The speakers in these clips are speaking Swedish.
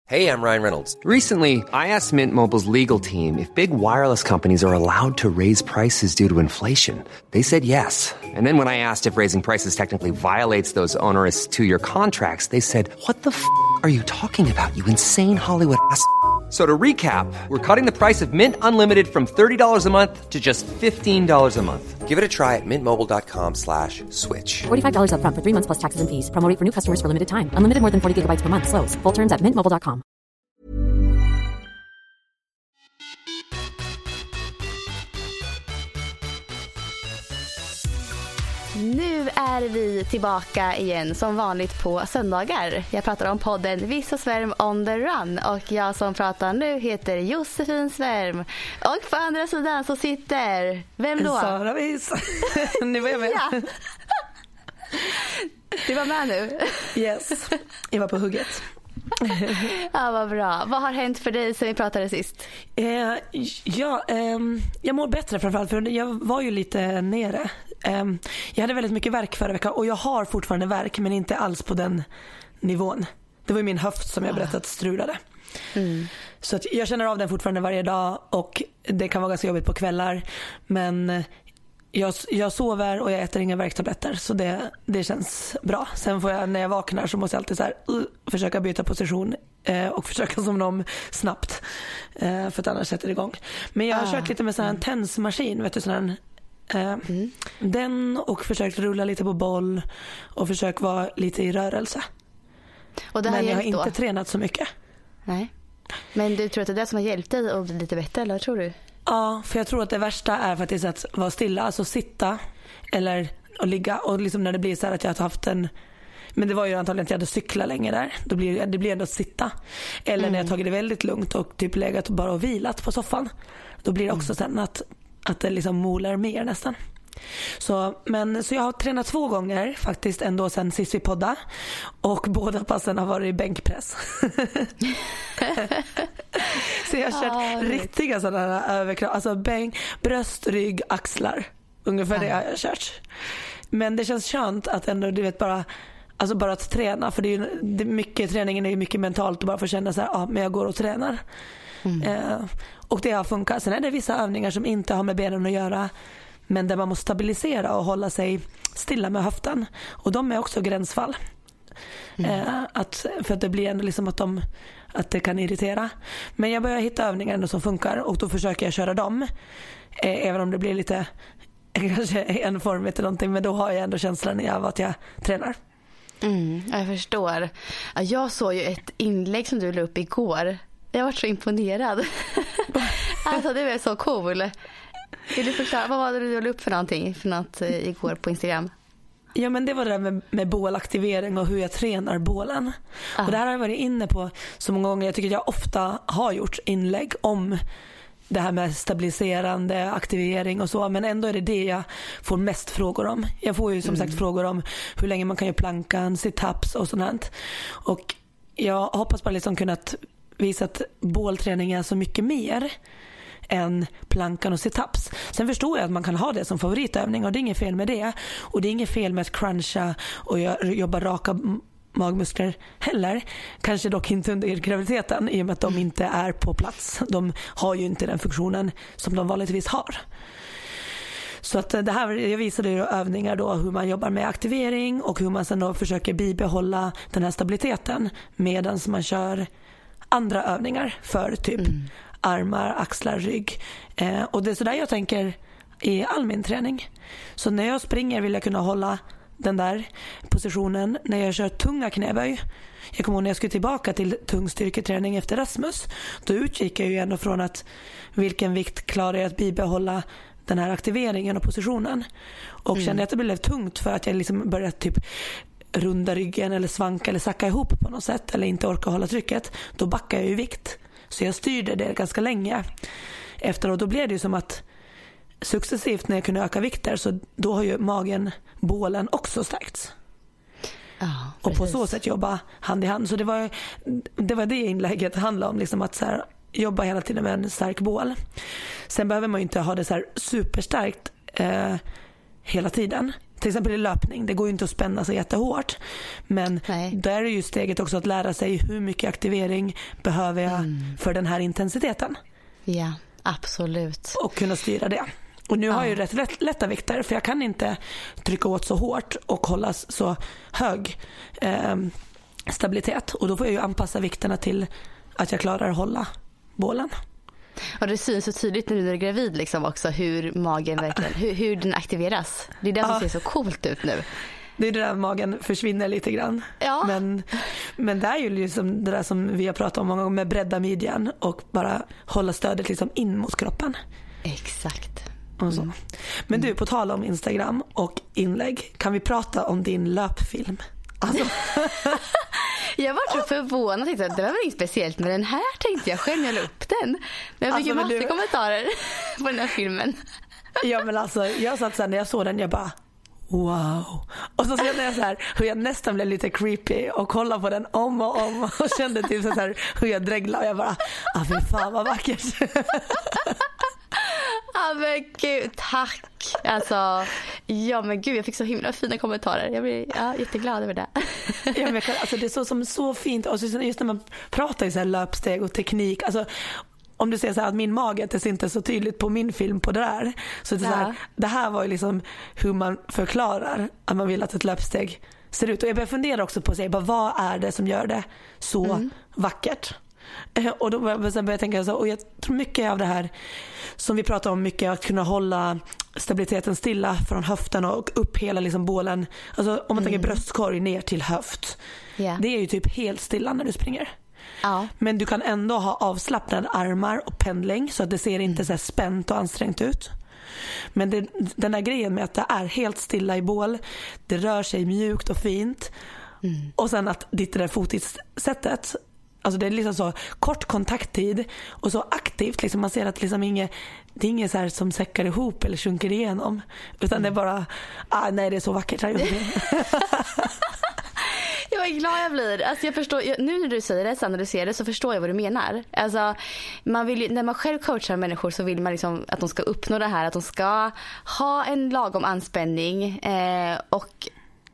Hey, I'm Ryan Reynolds. Recently, I asked Mint Mobile's legal team if big wireless companies are allowed to raise prices due to inflation. They said yes. And then when I asked if raising prices technically violates those onerous two-year contracts, they said, "What the f*** are you talking about, you insane Hollywood ass?" So to recap, we're cutting the price of Mint Unlimited from $30 a month to just $15 a month. Give it a try at mintmobile.com/switch. $45 up front for 3 months plus taxes and fees. Promo rate for new customers for limited time. Unlimited more than 40 gigabytes per month. Slows full terms at mintmobile.com. Nu är vi tillbaka igen som vanligt på söndagar. Jag pratar om podden Vissa Svärm on the run. Och jag som pratar nu heter Josefin Svärm. Och på andra sidan så sitter... Vem då? Sara Vis. Nu var jag med. Ja. Du var med nu. Yes, jag var på hugget. Ja, vad bra. Vad har hänt för dig sen vi pratade sist? Jag mår bättre framförallt för jag var ju lite nere. Jag hade väldigt mycket värk förra veckan och jag har fortfarande värk men inte alls på den nivån. Det var ju min höft som jag berättat strulade. Så att jag känner av den fortfarande varje dag och det kan vara ganska jobbigt på kvällar. Men jag sover och jag äter inga värktabletter så det känns bra. Sen får jag när jag vaknar så måste jag alltid så här, försöka byta position och försöka somna om snabbt för att annars sätter det igång. Men jag har kört lite med sån här tensmaskin, vet du, sån här, den och försökt rulla lite på boll och försökt vara lite i rörelse. Och det men jag har inte tränat så mycket. Nej. Men du tror att det är det som har hjälpt dig att bli lite bättre, eller tror du? Ja, för jag tror att det värsta är faktiskt att vara stilla, alltså sitta eller att ligga och liksom när det blir så här att jag har haft en, men det var ju antagligen att jag hade cyklat länge där, då blir det ändå att sitta. Eller när jag tagit det väldigt lugnt och typ legat bara och vilat på soffan, då blir det också sen att det liksom molar mer nästan. Så jag har tränat 2 gånger faktiskt ändå sen sist vi podda och båda passen har varit bänkpress. Så jag har kört riktiga sådana här överkropp, alltså bänk, bröst, rygg, axlar. Ungefär det har jag kört. Men det känns skönt att ändå, du vet, bara att träna, för det är ju mycket, träningen är ju mycket mentalt och bara få känna så här, men jag går och tränar. Och det har funkat. Sen är det vissa övningar som inte har med benen att göra, men där man måste stabilisera och hålla sig stilla med höften. Och de är också gränsfall. För att det blir ändå liksom att det kan irritera. Men jag börjar hitta övningar ändå som funkar och då försöker jag köra dem. Även om det blir lite kanske en form eller någonting, men då har jag ändå känslan av att jag tränar. Jag förstår. Jag såg ju ett inlägg som du la upp igår. Jag var så imponerad. Alltså det var så cool. Vill du förklara, vad var det du la upp för något igår på Instagram? Ja, men det var det där med bålaktivering och hur jag tränar bålen. Och det här har jag varit inne på så många gånger. Jag tycker att jag ofta har gjort inlägg om det här med stabiliserande aktivering och så, men ändå är det jag får mest frågor om. Jag får ju som sagt frågor om hur länge man kan göra plankan, sit-ups och sånt. Och jag hoppas bara liksom kunnat visa att bålträning är så mycket mer än plankan och sit-ups. Sen förstår jag att man kan ha det som favoritövning och det är inget fel med det. Och det är inget fel med att cruncha och jobba raka magmuskler heller. Kanske dock inte under graviditeten i och med att de inte är på plats. De har ju inte den funktionen som de vanligtvis har. Så att det här, jag visade ju övningar då hur man jobbar med aktivering och hur man sen då försöker bibehålla den här stabiliteten medan man kör andra övningar för typ armar, axlar, rygg. Och det är sådär jag tänker i all min träning. Så när jag springer vill jag kunna hålla den där positionen. När jag kör tunga knäböj, jag kommer ihåg när jag skulle tillbaka till tung styrketräning efter Rasmus, då utgick jag ju ändå från att vilken vikt klarar jag att bibehålla den här aktiveringen och positionen. Och kände att det blev tungt för att jag liksom började typ runda ryggen eller svanka eller sacka ihop på något sätt eller inte orka hålla trycket, då backar jag ju vikt. Så jag styrde det ganska länge efteråt. Då blev det ju som att successivt när jag kunde öka vikter, så då har ju magen, bålen också stärkts. Och på så sätt jobba hand i hand. Så det var det inlägget handlade om, liksom att så här, jobba hela tiden med en stark bål. Sen behöver man ju inte ha det så här superstarkt hela tiden. till exempel i löpning, det går ju inte att spänna sig jättehårt. Men där är ju steget också att lära sig hur mycket aktivering behöver jag för den här intensiteten. Ja, absolut. Och kunna styra det. Och nu har jag ju rätt lätta vikter, för jag kan inte trycka åt så hårt och hålla så hög stabilitet. Och då får jag ju anpassa vikterna till att jag klarar att hålla bålen. Och det syns så tydligt när du är gravid liksom också hur magen verkligen, hur den aktiveras. Det är det som ser så coolt ut nu. Det är det där magen försvinner lite grann. Ja. Men det är ju liksom det där som vi har pratat om många gånger med bredda midjan och bara hålla stödet liksom in mot kroppen. Exakt. Och så. Men du, på tal om Instagram och inlägg, kan vi prata om din löpfilm? Alltså. Jag var så förvånad. Jag tänkte att det var väl inget speciellt med den här, tänkte jag själv när jag la upp den. Men jag fick ju massor kommentarer på den här filmen. Ja, men alltså, jag satt så här, när jag såg den, jag bara wow. Och så kände jag så här hur jag nästan blev lite creepy och kollade på den om och om och kände typ så här hur jag dreglade och jag bara, fy fan vad vackert. Ja men gud, tack. Alltså, ja men gud, jag fick så himla fina kommentarer. Jag blir jätteglad över det. Ja, men alltså, det är så fint. Och just när man pratar i så här löpsteg och teknik, alltså om du säger så här att min mage, det ser inte så tydligt på min film på det där. Så det är så här, det här var ju liksom hur man förklarar att man vill att ett löpsteg ser ut. Och jag börjar fundera också på sig, vad är det som gör det så vackert? Och då började jag tänka så, och jag tror mycket av det här som vi pratar om, mycket att kunna hålla stabiliteten stilla från höften och upp hela liksom bålen, alltså om man tänker bröstkorg ner till höft, det är ju typ helt stilla när du springer. Men du kan ändå ha avslappnade armar och pendling så att det ser inte så här spänt och ansträngt ut. Men den här grejen med att det är helt stilla i bål, det rör sig mjukt och fint, och sen att ditt där fotsättet, alltså det är liksom så kort kontakttid och så aktivt, liksom man ser att liksom det är inget så här som säckar ihop eller sjunker igenom, utan det är bara nej, det är så vackert här. Jag är glad jag blir. Alltså jag förstår, nu när du säger det, sen när du ser det, så förstår jag vad du menar. Alltså, man vill, när man själv coachar människor så vill man liksom att de ska uppnå det här, att de ska ha en lagom anspänning och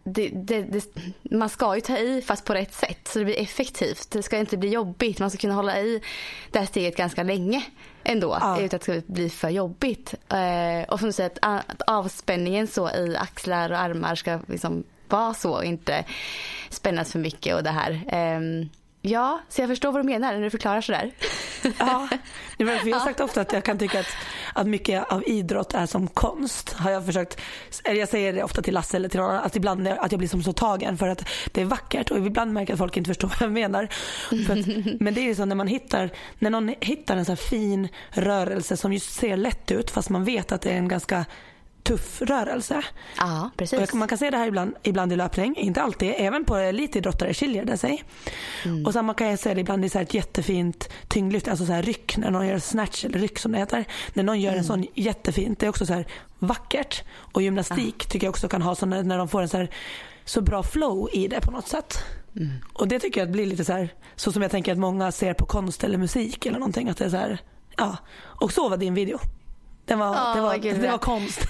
man ska ju ta i fast på rätt sätt så det blir effektivt. Det ska inte bli jobbigt. Man ska kunna hålla i det här steget ganska länge ändå utan att det ska bli för jobbigt. Och som du säger, att avspänningen så i axlar och armar ska liksom vara så och inte spännas för mycket och det här. Ja, så jag förstår vad du menar när du förklarar sådär. Ja, vi har sagt ofta att jag kan tycka att mycket av idrott är som konst. Har jag försökt, jag säger det ofta till Lasse eller till någon, att ibland att jag blir som så tagen för att det är vackert, och ibland märker att folk inte förstår vad jag menar. Men det är ju så när någon hittar en så här fin rörelse som just ser lätt ut fast man vet att det är en ganska tuff rörelse. Ja, precis. Och man kan se det här ibland i löpning, inte alltid, även på elitidrottare skiljer det sig. Och samma kan jag se det ibland i så här ett jättefint tyngdlyft, alltså så här ryck, när någon gör snatch eller ryck som det heter, när någon gör en sån jättefint, det är också så här vackert. Och gymnastik tycker jag också kan ha sån när de får en så bra flow i det på något sätt. Och det tycker jag blir lite så här, så som jag tänker att många ser på konst eller musik eller någonting, att det är så här, och så var din video. Det var konst.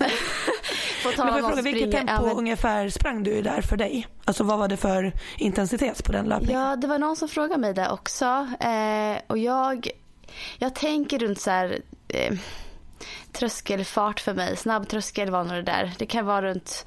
Men får jag fråga, vilket tempo ungefär sprang du där för dig? Alltså vad var det för intensitet på den löpningen? Ja, det var någon som frågade mig det också. Och jag tänker runt så här tröskelfart för mig. Snabb tröskel var nog det där. Det kan vara runt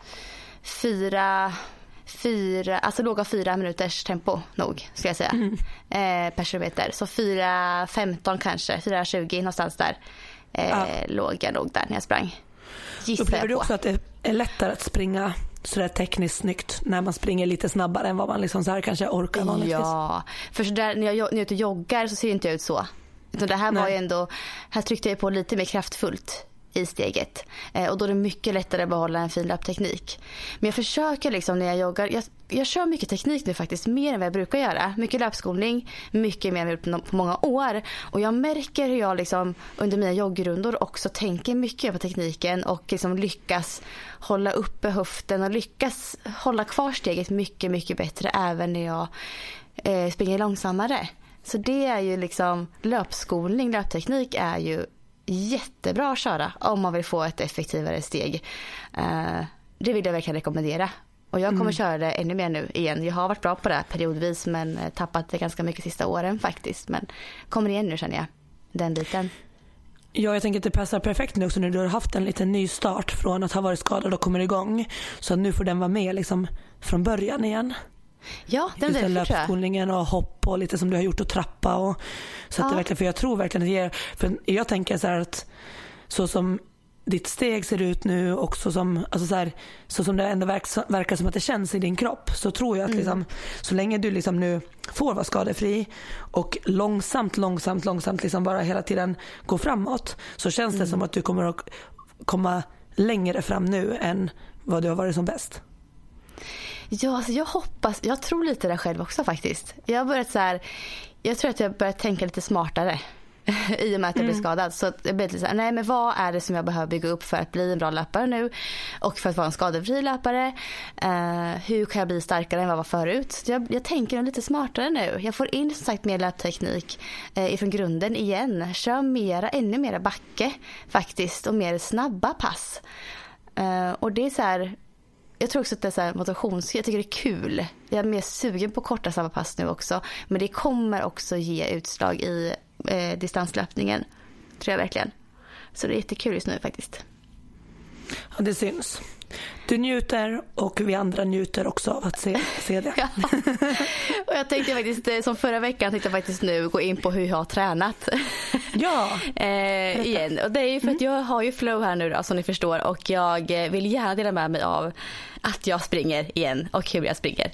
4, alltså låga 4 minuters tempo nog, ska jag säga. Per kilometer. Så 4:15 kanske, 4:20 någonstans där. Låg jag nog där när jag sprang. Upplever du också att det är lättare att springa sådär tekniskt snyggt när man springer lite snabbare än vad man liksom så här kanske orkar vanligtvis? Ja, för så där, när jag är ute och joggar så ser inte jag ut så. Utan det här var ju ändå, här tryckte jag på lite mer kraftfullt i steget. Och då är det mycket lättare att behålla en fin löpteknik. Men jag försöker liksom när jag joggar, jag kör mycket teknik nu faktiskt, mer än vad jag brukar göra. Mycket löpskolning, mycket mer än jag gjort på många år. Och jag märker hur jag liksom under mina joggrundor också tänker mycket på tekniken och liksom lyckas hålla uppe höften och lyckas hålla kvar steget mycket, mycket bättre även när jag springer långsammare. Så det är ju liksom löpskolning, löpteknik är ju jättebra att köra om man vill få ett effektivare steg. det vill jag verkligen rekommendera. Och jag kommer köra det ännu mer nu igen. Jag har varit bra på det här periodvis, men tappat det ganska mycket sista åren faktiskt. Men kommer igen nu, känner jag, den biten. Ja, jag tänker att det passar perfekt nu också när du har haft en liten ny start från att ha varit skadad och kommer igång. Så att nu får den vara med liksom från början igen. Ja, den just är löpskolningen och hopp och lite som du har gjort och trappa. Och, så att det verkligen, för jag tror verkligen att det ger, för jag tänker så här att så som ditt steg ser ut nu och så som, alltså så som det ändå verkar som att det känns i din kropp, så tror jag att liksom, så länge du liksom nu får vara skadefri och långsamt liksom bara hela tiden gå framåt, så känns det som att du kommer att komma längre fram nu än vad du har varit som bäst. Ja, alltså jag tror lite det själv också faktiskt. Jag tror att jag börjat tänka lite smartare i och med att jag blev skadad. Så jag blev lite så här, nej men vad är det som jag behöver bygga upp för att bli en bra löpare nu och för att vara en skadefri löpare? Hur kan jag bli starkare än vad jag var förut? Så jag tänker lite smartare nu. Jag får in som sagt mer löpteknik ifrån grunden igen. Kör ännu mera backe faktiskt och mer snabba pass. Och det är så här, jag tror också att det är så här motivations. Jag tycker det är kul. Jag är mer sugen på korta snabba pass nu också. Men det kommer också ge utslag i distanslöpningen, tror jag verkligen. Så det är jättekul just nu faktiskt. Ja, det syns. Du njuter och vi andra njuter också av att se det. Ja. Och jag tänkte faktiskt, som förra veckan, tänkte jag faktiskt nu gå in på hur jag har tränat. Ja. Igen. Och det är ju för att jag har ju flow här nu då, som ni förstår, och jag vill gärna dela med mig av att jag springer igen och hur jag springer.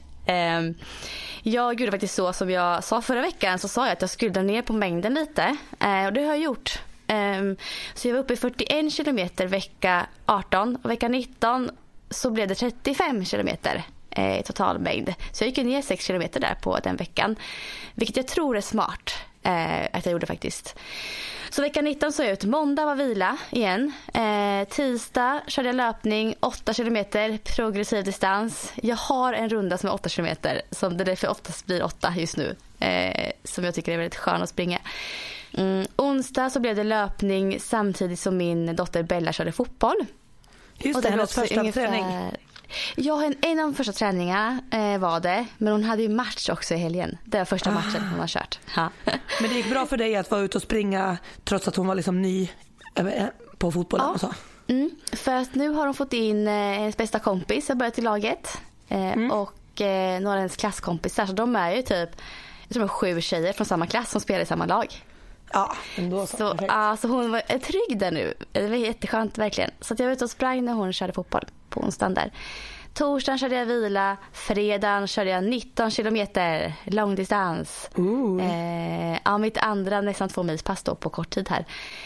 Jag gjorde faktiskt så som jag sa förra veckan, så sa jag att jag skulle dra ner på mängden lite, och det har jag gjort. Så jag var uppe i 41 kilometer vecka 18 och vecka 19 så blev det 35 kilometer i total mängd. Så jag gick ner 6 kilometer där på den veckan, vilket jag tror är smart att jag gjorde faktiskt. Så vecka 19 så jag ut. Måndag var vila igen. Tisdag körde jag löpning 8 kilometer progressiv distans. Jag har en runda som är 8 kilometer, som det därför oftast blir 8 just nu, som jag tycker är väldigt skön att springa. Onsdag så blev det löpning samtidigt som min dotter Bella körde fotboll. Just och det, hennes första träning. Ja, en av de första träningarna var det. Men hon hade ju match också i helgen. Det var första matchen hon har kört. Ja. Men det gick bra för dig att vara ute och springa trots att hon var liksom ny på fotbollen och så? För att nu har hon fått in hennes bästa kompis har börjat i laget. Och några av hennes klasskompisar. Så de är ju typ, jag tror 7 tjejer från samma klass som spelar i samma lag. Ja, ändå så. Så hon var trygg där nu. Det var jätteskönt verkligen. Så att jag var ute och sprang när hon körde fotboll på onsdagen där. Torsdagen körde jag vila. Fredagen körde jag 19 kilometer långdistans. Mitt andra nästan 2 milspass då på kort tid här.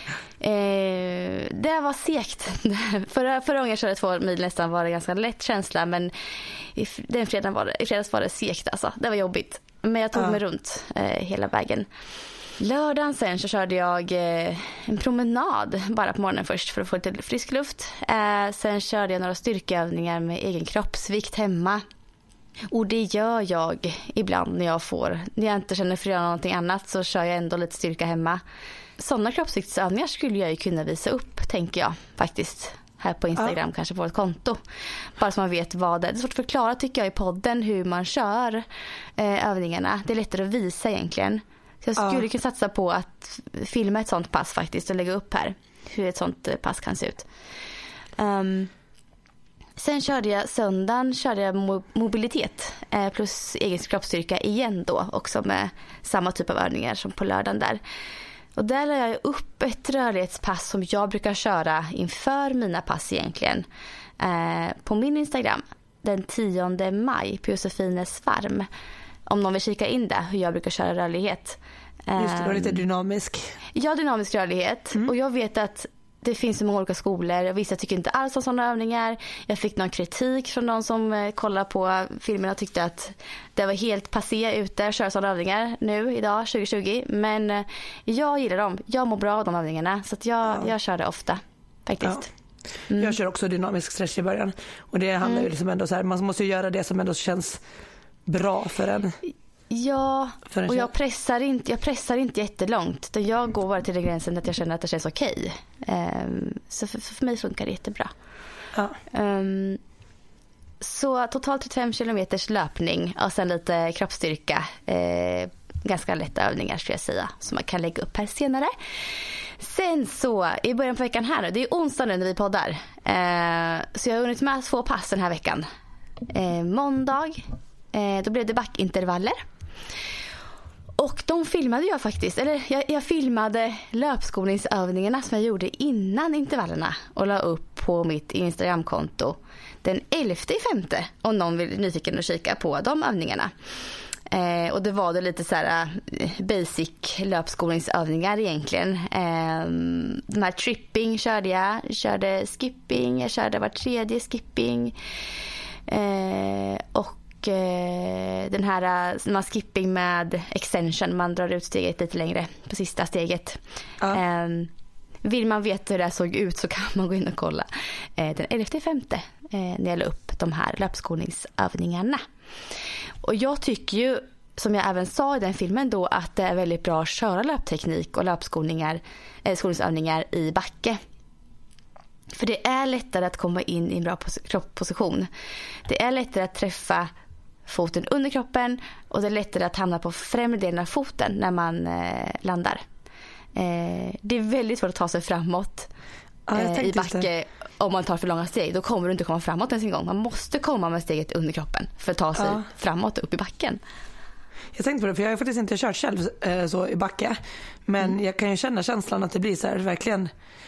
Det var segt. Förra gången jag körde 2 mil nästan var det ganska lätt känsla. Men i fredags var det segt alltså. Det var jobbigt. Men jag tog mig runt hela vägen. Lördagen sen så körde jag en promenad bara på morgonen först för att få lite frisk luft. Sen körde jag några styrkeövningar med egen kroppsvikt hemma. Och det gör jag ibland när jag inte känner för att göra någonting annat, så kör jag ändå lite styrka hemma. Sådana kroppsviktsövningar skulle jag ju kunna visa upp, tänker jag faktiskt. Här på Instagram, kanske på ett konto. Bara så man vet vad det är. Det är svårt att förklara tycker jag i podden hur man kör övningarna. Det är lättare att visa egentligen. Så jag skulle kunna satsa på att filma ett sånt pass faktiskt och lägga upp här hur ett sånt pass kan se ut. Sen söndagen körde jag mobilitet plus egen kroppsstyrka igen då, också med samma typ av övningar som på lördagen där. Och där la jag upp ett rörlighetspass som jag brukar köra inför mina pass egentligen. På min Instagram den 10 maj på Josefines farm. Om någon vill kika in där hur jag brukar köra rörlighet. Just det, var lite dynamisk. Ja, dynamisk rörlighet. Och jag vet att det finns så många olika skolor. Vissa tycker inte alls om sådana övningar. Jag fick någon kritik från någon som kollar på filmerna och tyckte att det var helt passé ute att köra sådana övningar nu, idag, 2020. Men jag gillar dem. Jag mår bra av de övningarna. Så att jag kör det ofta, faktiskt. Ja. Jag kör också dynamisk stretch i början. Och det handlar ju liksom ändå så här, man måste ju göra det som ändå känns bra för en. Ja, och jag pressar inte jättelångt. Jag går bara till den gränsen att jag känner att det känns okej. Så för mig funkar det jättebra. Ja. Så totalt 35 kilometers löpning och sen lite kroppsstyrka. Ganska lätta övningar skulle jag säga, som man kan lägga upp här senare. Sen så i början på veckan här nu, det är onsdag nu när vi poddar. Så jag har hunnit med 2 pass den här veckan. Måndag, då blev det backintervaller. Och de filmade jag faktiskt, eller jag filmade löpskolningsövningarna som jag gjorde innan intervallerna och la upp på mitt Instagramkonto den 11/5, om någon vill nyfiken att kika på de övningarna. Och det var det lite så här basic löpskolningsövningar egentligen. De här tripping körde jag körde skipping, jag körde var tredje skipping. Och den här man skipping med extension, man drar ut steget lite längre på sista steget. Vill man veta hur det såg ut så kan man gå in och kolla den 11/5 när jag la upp de här löpskolningsövningarna. Och jag tycker ju, som jag även sa i den filmen då, att det är väldigt bra att köra löpteknik och löpskolningsövningar i backe. För det är lättare att komma in i en bra kroppsposition. Det är lättare att träffa foten under kroppen och det är lättare att hamna på främre delen av foten när man landar. Det är väldigt svårt att ta sig framåt i backe om man tar för långa steg. Då kommer du inte komma framåt ens en gång. Man måste komma med steget under kroppen för att ta sig framåt upp i backen. Jag tänkte på det, för jag har faktiskt inte kört själv så i backe. Men jag kan ju känna känslan att det blir så här verkligen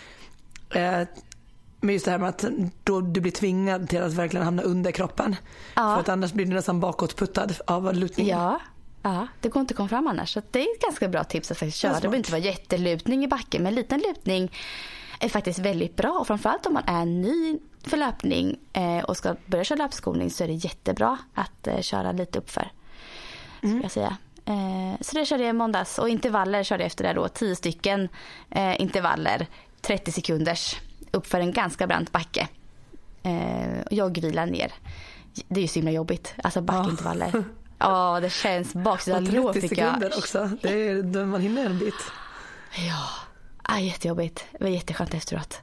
med just det här med att då du blir tvingad till att verkligen hamna under kroppen. För att annars blir du nästan bakåtputtad av lutningen. Ja, det går inte att komma fram annars. Så det är ett ganska bra tips att faktiskt köra. Det behöver inte vara jättelutning i backen, men liten lutning är faktiskt väldigt bra. Och framförallt om man är ny för löpning och ska börja köra löpskolning så är det jättebra att köra lite uppför. Ska jag säga. Så det körde jag i måndags. Och intervaller körde jag efter det då. 10 stycken intervaller. 30 sekunders. Uppför en ganska brant backe. Och jag vilar ner. Det är ju så himla jobbigt. Alltså backintervaller. Ja, det känns baksidan lår fick jag. 30 sekunder också. Det är, man hinner en bit. Ja, jättejobbigt. Det var jätteskönt efteråt.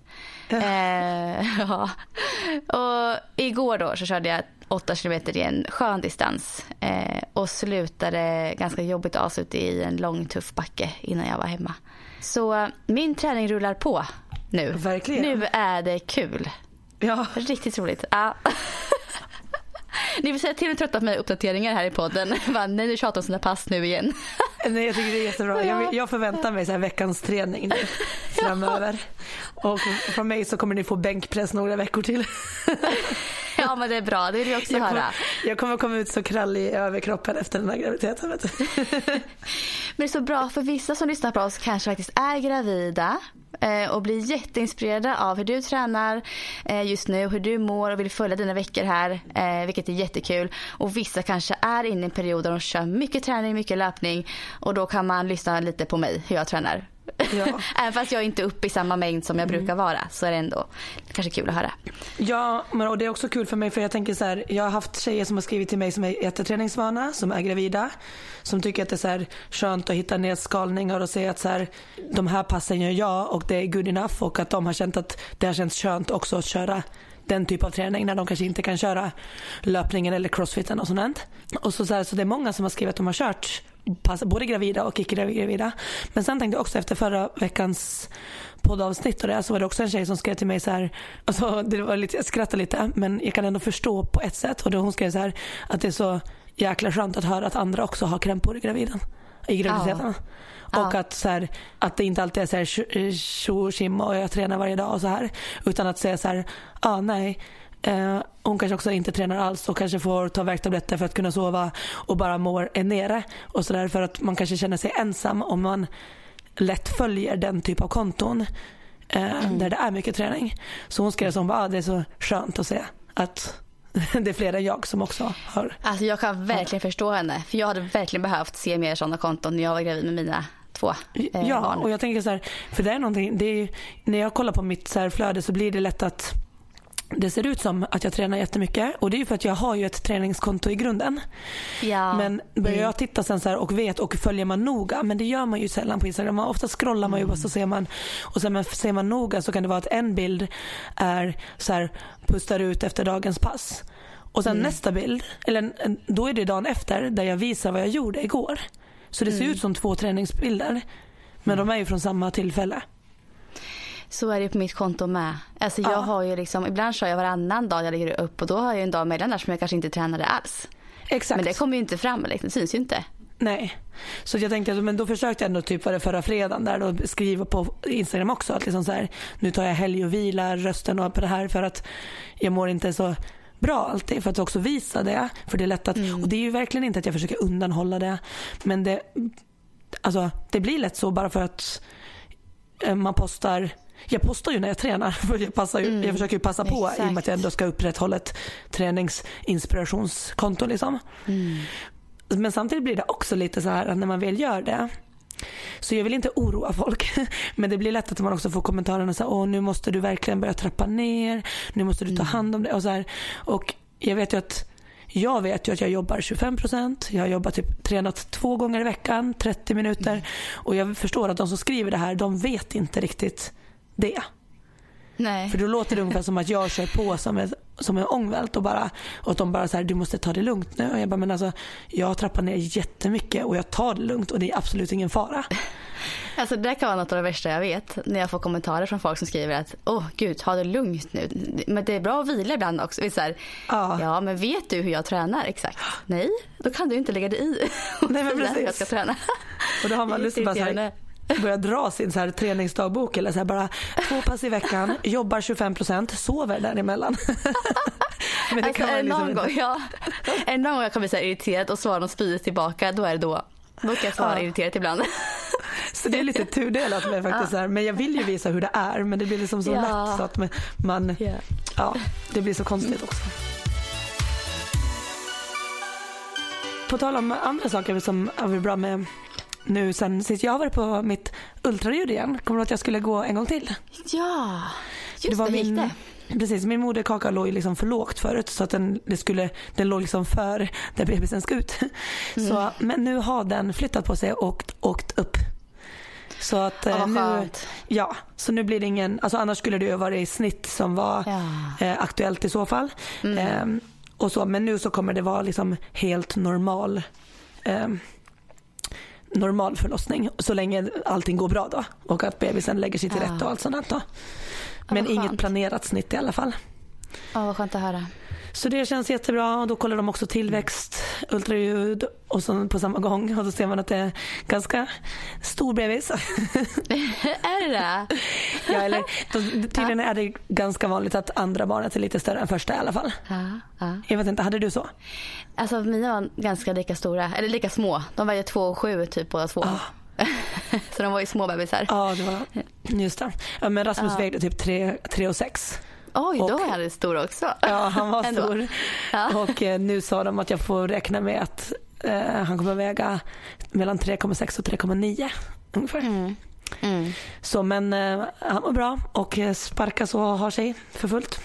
Ja. Och igår då så körde jag 8 kilometer i en skön distans. Och slutade ganska jobbigt avslut i en lång tuff backe innan jag var hemma. Så min träning rullar på nu. Verkligen. Nu är det kul. Ja. Riktigt roligt. Ja. Ni vill säga till och trötta på mig uppdateringar här i podden. Nej, du tjatar om sådana pass nu igen. Nej, jag tycker det är jättebra. Jag förväntar mig så här veckans träning nu framöver. Och från mig så kommer ni få bänkpress några veckor till. Ja, men det är bra. Det vill jag också höra. Jag kommer komma ut så krallig i överkroppen efter den här graviditeten. Vet du. Men det är så bra för vissa som lyssnar på oss kanske faktiskt är gravida och blir jätteinspirerade av hur du tränar just nu, hur du mår och vill följa dina veckor här, vilket är jättekul. Och vissa kanske är inne i en period där de kör mycket träning, mycket löpning, och då kan man lyssna lite på mig hur jag tränar. Ja. Även fast jag inte är uppe i samma mängd som jag brukar vara, så är det ändå kanske kul att höra. Ja, men och det är också kul för mig, för jag tänker så här, jag har haft tjejer som har skrivit till mig som är jätteträningsvana, som är gravida, som tycker att det är så här skönt att hitta nedskalningar och säga att så här, de här passen gör jag och det är good enough, och att de har känt att det har känts skönt också att köra den typ av träning när de kanske inte kan köra löpningen eller crossfiten och sånt. Och så det är många som har skrivit att de har kört både gravida och icke-gravida. Men sen tänkte jag också efter förra veckans poddavsnitt och det, så var det också en tjej som skrev till mig så här, alltså det var lite, jag skrattade lite, men jag kan ändå förstå på ett sätt, och då hon skrev så här att det är så jäkla skönt att höra att andra också har krämpor i graviditeten. Och att, så här, att det inte alltid är så här tjo och jag tränar varje dag och så här, utan att säga så här, nej, hon kanske också inte tränar alls och kanske får ta värktabletter för att kunna sova och bara är nere och så där, för att man kanske känner sig ensam om man lätt följer den typ av konton där det är mycket träning. Så hon skrev som bara, det är så skönt att se att det är fler än jag som också har. Alltså jag kan verkligen förstå henne, för jag hade verkligen behövt se mer sådana konton när jag var gravid med mina 2 barn. Och jag tänker så här, för det är någonting, det är, när jag kollar på mitt så här flöde så blir det lätt att det ser ut som att jag tränar jättemycket, och det är ju för att jag har ju ett träningskonto i grunden. Ja. Men börjar jag titta sen så här och vet och följer man noga, men det gör man ju sällan på Instagram. Ofta scrollar man ju och så ser man, och sen ser man noga så kan det vara att en bild är så här, pustar ut efter dagens pass. Och sen nästa bild, eller då är det dagen efter, där jag visar vad jag gjorde igår. Så det ser ut som 2 träningsbilder. Men de är ju från samma tillfälle. Så är det på mitt konto med. Alltså jag har ju liksom, ibland kör jag varannan dag jag lägger upp, och då har jag en dag mellan där som jag kanske inte tränade alls. Exakt. Men det kommer ju inte fram, liksom. Det syns ju inte. Nej, så jag tänkte, men då försökte jag ändå typ var det förra fredagen där då skriva på Instagram också att liksom så här, nu tar jag helg och vilar rösten och på det här för att jag mår inte så bra alltid, för att också visa det, för det är lätt att, och det är ju verkligen inte att jag försöker undanhålla det, men det blir lätt så bara för att man postar. Jag postar ju när jag tränar, för jag försöker ju passa på. Exakt. I och med att jag ändå ska upprätthålla ett träningsinspirationskonto liksom. Men samtidigt blir det också lite så här att när man väl gör det, så jag vill inte oroa folk, men det blir lätt att man också får kommentarerna så här, nu måste du verkligen börja trappa ner, nu måste du ta hand om det och så här. Och jag vet ju att jag jobbar 25%, jag jobbar tränat 2 gånger i veckan 30 minuter, och jag förstår att de som skriver det här, de vet inte riktigt det. Nej. För då låter det ungefär som att jag kör på som en ångvält och att de bara så här, du måste ta det lugnt nu. Och jag bara, men alltså, jag trappar ner jättemycket och jag tar det lugnt och det är absolut ingen fara. Alltså det kan vara något av det värsta jag vet, när jag får kommentarer från folk som skriver att gud, ta det lugnt nu. Men det är bra att vila ibland också. Det är så här, ja, men vet du hur jag tränar exakt? Nej, då kan du inte lägga det i. Nej, men precis. Jag ska träna. Och då har man lust att bara så här, börja dra sin så här träningsdagbok eller så här, bara 2 pass i veckan, jobbar 25%, sover däremellan. Men det kan man liksom någon gång jag kommer bli så här irriterad och svara något spydigt tillbaka, då är det då kan jag svara irriterat ibland. Så det är lite tudelat med faktiskt så här, men jag vill ju visa hur det är, men det blir liksom så lätt så att man det blir så konstigt också. På tal om andra saker som är bra med nu sen sist jag var på mitt ultraljud igen. Kommer du att jag skulle gå en gång till? Ja, just det var gick det. Precis, min moderkaka låg liksom för lågt förut, så att den låg liksom för där bebisen ska ut. Så, men nu har den flyttat på sig och åkt upp. Så att så nu blir det ingen, alltså annars skulle det ju vara i snitt som var aktuellt i så fall. Och så, men nu så kommer det vara liksom helt normal förlossning, så länge allting går bra då och att bebisen lägger sig till rätta och allt sånt då. Men inget planerat snitt i alla fall. Vad skönt att höra. Så det känns jättebra, och då kollar de också tillväxt, ultraljud och så på samma gång, och då ser man att det är ganska stor bebis. Är det? Ja, eller tydligen är det ganska vanligt att andra barnet är lite större än första i alla fall. Jag vet inte, hade du så? Alltså mina var ganska lika stora, eller lika små. De var ju 2,7 typ båda två. Så de var ju små bebisar. Ja, det var just det. Ja, men Rasmus vägde typ 3,6. Oj, då är han stor också. Ja, han var stor. Och nu sa de att jag får räkna med att han kommer väga mellan 3,6 och 3,9 ungefär. Så men han var bra och sparkas och har sig för fullt.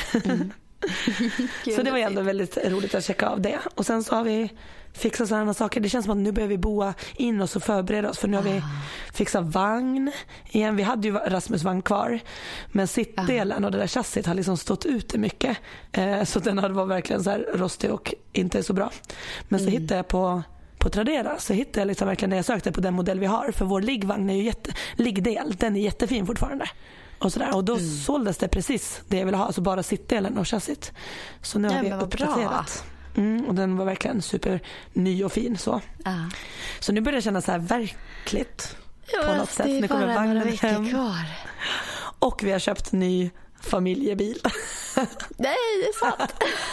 Så det var ändå väldigt roligt att checka av det. Och sen så har vi fixat sådana saker. Det känns som att nu behöver vi boa in oss och förbereda oss, för nu har vi fixat vagn igen. Vi hade ju Rasmus vagn kvar, men sittdelen och det där chassit har liksom stått ute mycket, så den hade varit verkligen så här rostig och inte så bra. Men så hittade jag på Tradera, så hittade jag liksom verkligen, när jag sökte på den modell vi har, för vår liggvagn är ju liggdel, den är jättefin fortfarande. Och sådär. Och då såldes det precis det jag ville ha, alltså bara sittdelen och chassit. Så nu har vi uppdaterat. Och den var verkligen super ny och fin så. Så nu börjar det kännas så här verkligt på något sätt. Nu kommer vagnen hem. Kvar. Och vi har köpt ny familjebil. Nej, det är sant.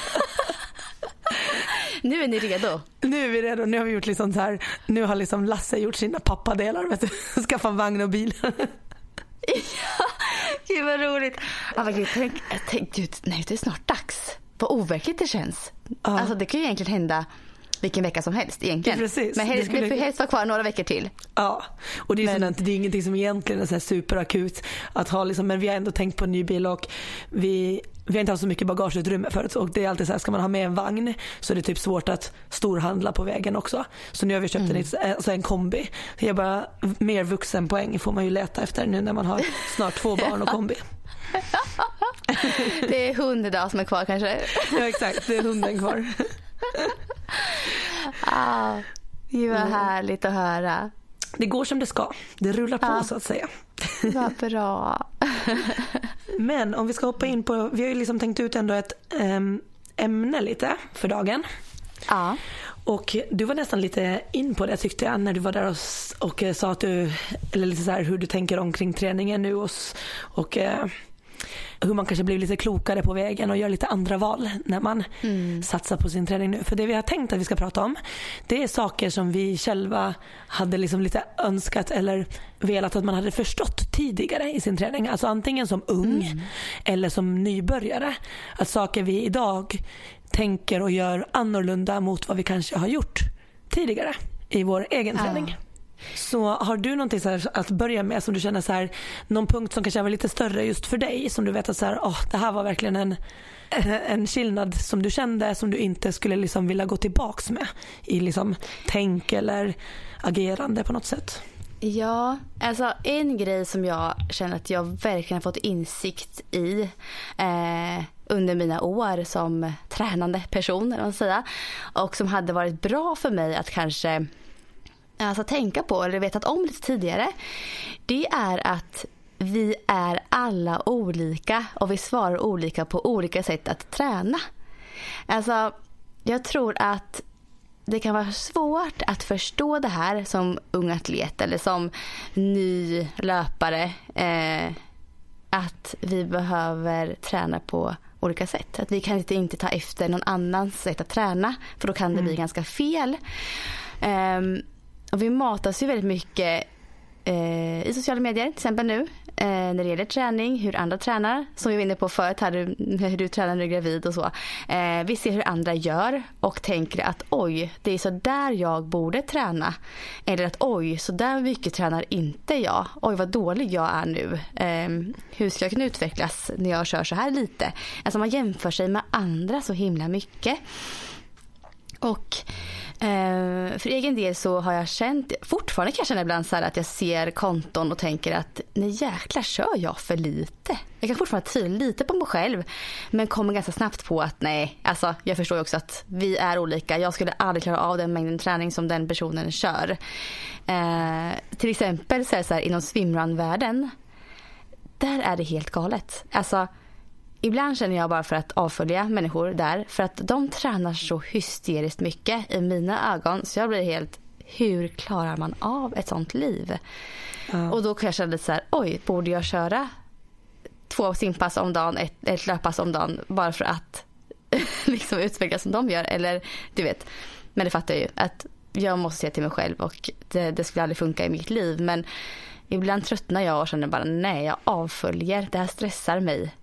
Nu är ni redo. Nu är vi redo. Nu har vi gjort liksom så här. Nu har liksom Lasse gjort sina pappadelar, vet du. Skaffa vagn och bil. Ja, gud vad roligt. Jag tänkte, nej, det är snart dags. Vad overkligt det känns. Alltså det kan ju egentligen hända vilken vecka som helst egentligen. Precis. Men det får helst vara kvar några veckor till. Ja, och det är sådant, det är ingenting som egentligen är så här superakut att ha liksom, men vi har ändå tänkt på en ny bil, och vi har inte haft så mycket bagageutrymme förut, och det är alltid så här, ska man ha med en vagn så är det typ svårt att storhandla på vägen också. Så nu har vi köpt en kombi. Det är bara mer vuxenpoäng får man ju leta efter nu när man har snart 2 barn och kombi. Det är 100 som är kvar kanske. Ja, exakt. Det är 100 kvar. Det var härligt att höra. Det går som det ska. Det rullar på så att säga. Vad bra. Men om vi ska hoppa in på, vi har ju liksom tänkt ut ändå ett ämne lite för dagen. Ja. Och du var nästan lite in på det tyckte jag när du var där och sa att du, eller lite så här hur du tänker omkring träningen nu och hur man kanske blir lite klokare på vägen och gör lite andra val när man satsar på sin träning nu. För det vi har tänkt att vi ska prata om, det är saker som vi själva hade liksom lite önskat eller velat att man hade förstått tidigare i sin träning. Alltså antingen som ung eller som nybörjare. Att saker vi idag tänker och gör annorlunda mot vad vi kanske har gjort tidigare i vår egen träning. Så har du någonting så här att börja med som du känner så här, någon punkt som kanske var lite större just för dig som du vet att så här, det här var verkligen en skillnad som du kände som du inte skulle liksom vilja gå tillbaks med i liksom tänk eller agerande på något sätt? Ja, alltså en grej som jag känner att jag verkligen har fått insikt i under mina år som tränande person, eller vad man säga, och som hade varit bra för mig att kanske tänka på eller vetat om lite tidigare, det är att vi är alla olika och vi svarar olika på olika sätt att träna. Alltså, jag tror att det kan vara svårt att förstå det här som ung atlet eller som ny löpare, att vi behöver träna på olika sätt. Att vi kan inte ta efter någon annans sätt att träna, för då kan det bli ganska fel. Och vi matas ju väldigt mycket i sociala medier, till exempel nu, när det gäller träning, hur andra tränar, som vi var inne på förut, hur du tränar när du är gravid och så. Vi ser hur andra gör och tänker att oj, det är så där jag borde träna. Eller att oj, så där mycket tränar inte jag. Oj, vad dålig jag är nu. Hur ska jag kunna utvecklas när jag kör så här lite? Alltså man jämför sig med andra så himla mycket. Och för egen del så har jag fortfarande kan jag känna ibland så här att jag ser konton och tänker att nej jäklar, kör jag för lite. Jag kan fortfarande tvivla lite på mig själv, men kommer ganska snabbt på att nej, alltså jag förstår ju också att vi är olika. Jag skulle aldrig klara av den mängden träning som den personen kör. Till exempel så är det så här, inom swimrun-världen, där är det helt galet. Alltså ibland känner jag bara för att avfölja människor där, för att de tränar så hysteriskt mycket i mina ögon, så jag blir helt, hur klarar man av ett sånt liv? Och då kan jag känna lite så här, oj, borde jag köra 2 simpass om dagen, ett löppass om dagen bara för att liksom utvecklas som de gör, eller du vet. Men det fattar jag ju att jag måste se till mig själv och det skulle aldrig funka i mitt liv, men ibland tröttnar jag och känner bara nej, jag avföljer, det här stressar mig.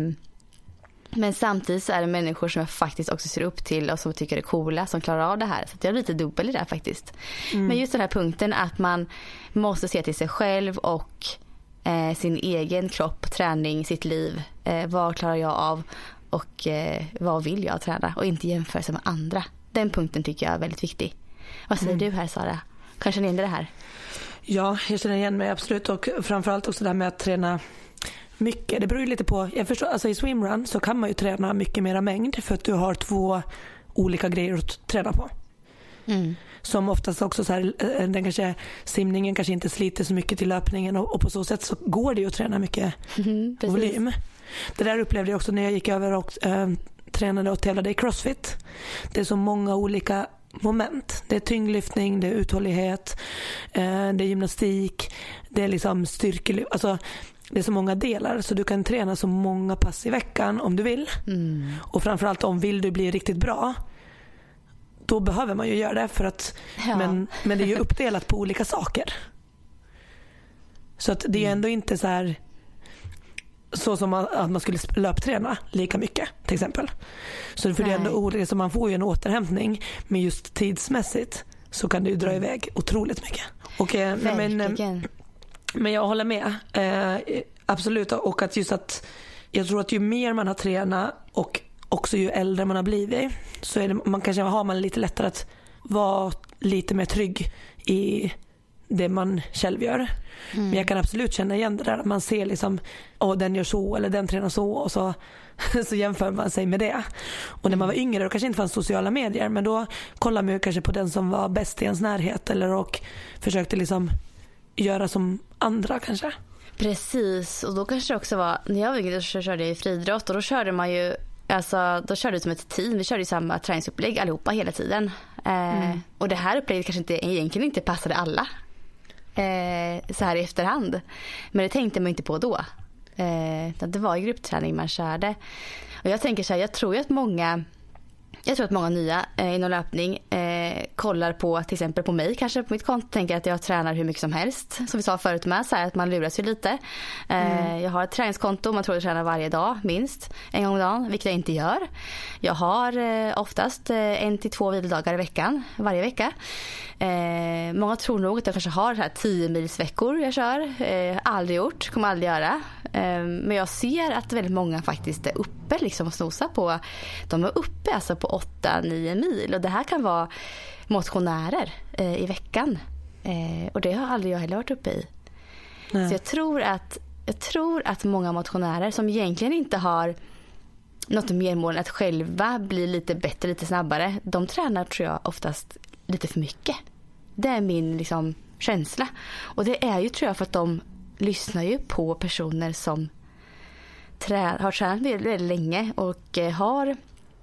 Men samtidigt så är det människor som jag faktiskt också ser upp till och som tycker är coola, som klarar av det här. Så jag blir lite dubbel i det här faktiskt. Men just den här punkten att man måste se till sig själv och sin egen kropp, träning, sitt liv. Vad klarar jag av och vad vill jag träna? Och inte jämföra sig med andra. Den punkten tycker jag är väldigt viktig. Vad säger du här, Sara? Kanske ni igen det här? Ja, jag känner igen mig absolut. Och framförallt också det här med att träna mycket. Det beror ju lite på, jag förstår, alltså i swimrun så kan man ju träna mycket mera mängd för att du har 2 olika grejer att träna på. Som oftast också så här, simningen kanske inte sliter så mycket till löpningen och på så sätt så går det ju att träna mycket volym. Det där upplevde jag också när jag gick över och tränade och tävlade i CrossFit. Det är så många olika moment. Det är tyngdlyftning, det är uthållighet, det är gymnastik, det är liksom styrkelyft, alltså det är så många delar så du kan träna så många pass i veckan om du vill. Och framförallt om vill du bli riktigt bra, då behöver man ju göra det för att men det är ju uppdelat på olika saker. Så att det är ändå inte så här så som att man skulle löpträna lika mycket till exempel. Så för det är ändå olika, så man får ju en återhämtning, men just tidsmässigt så kan det ju dra iväg otroligt mycket. Och men jag håller med, absolut, och att just att jag tror att ju mer man har tränat och också ju äldre man har blivit, så är det, man kanske har man lite lättare att vara lite mer trygg i det man själv gör. Men jag kan absolut känna igen det där att man ser liksom, den gör så eller den tränar så, och så jämför man sig med det. Och när man var yngre, då kanske inte fanns sociala medier, men då kollade man ju kanske på den som var bäst i ens närhet, eller och försökte liksom göra som andra kanske. Precis, och då kanske det också var, när jag var yngre så körde jag i friidrott, och då körde man ju, alltså då körde vi som ett team, vi körde ju samma träningsupplägg allihopa hela tiden. Och det här upplägget kanske egentligen inte passade alla så här i efterhand, men det tänkte man inte på då. Det var ju gruppträning man körde. Och jag tänker så här, jag tror att många nya inom löpning kollar på, till exempel på mig kanske på mitt konto, tänker att jag tränar hur mycket som helst, som vi sa förut med, så här, att man luras ju lite. Jag har ett träningskonto, man tror att jag tränar varje dag minst en gång om dagen, vilket jag inte gör. Jag har oftast 1 till 2 vilodagar i veckan, varje vecka. Många tror nog att jag kanske har så här 10 mils veckor jag kör. Aldrig gjort, kommer aldrig göra. Men jag ser att väldigt många faktiskt är uppe liksom och snosar på. De är uppe alltså på 8-9 mil. Och det här kan vara motionärer i veckan. Och det har aldrig jag heller varit uppe i. Nej. Så jag tror att många motionärer som egentligen inte har något mer mål än att själva bli lite bättre, lite snabbare, de tränar, tror jag, oftast lite för mycket. Det är min liksom känsla. Och det är ju, tror jag, för att de lyssnar ju på personer som har tränat väldigt länge och har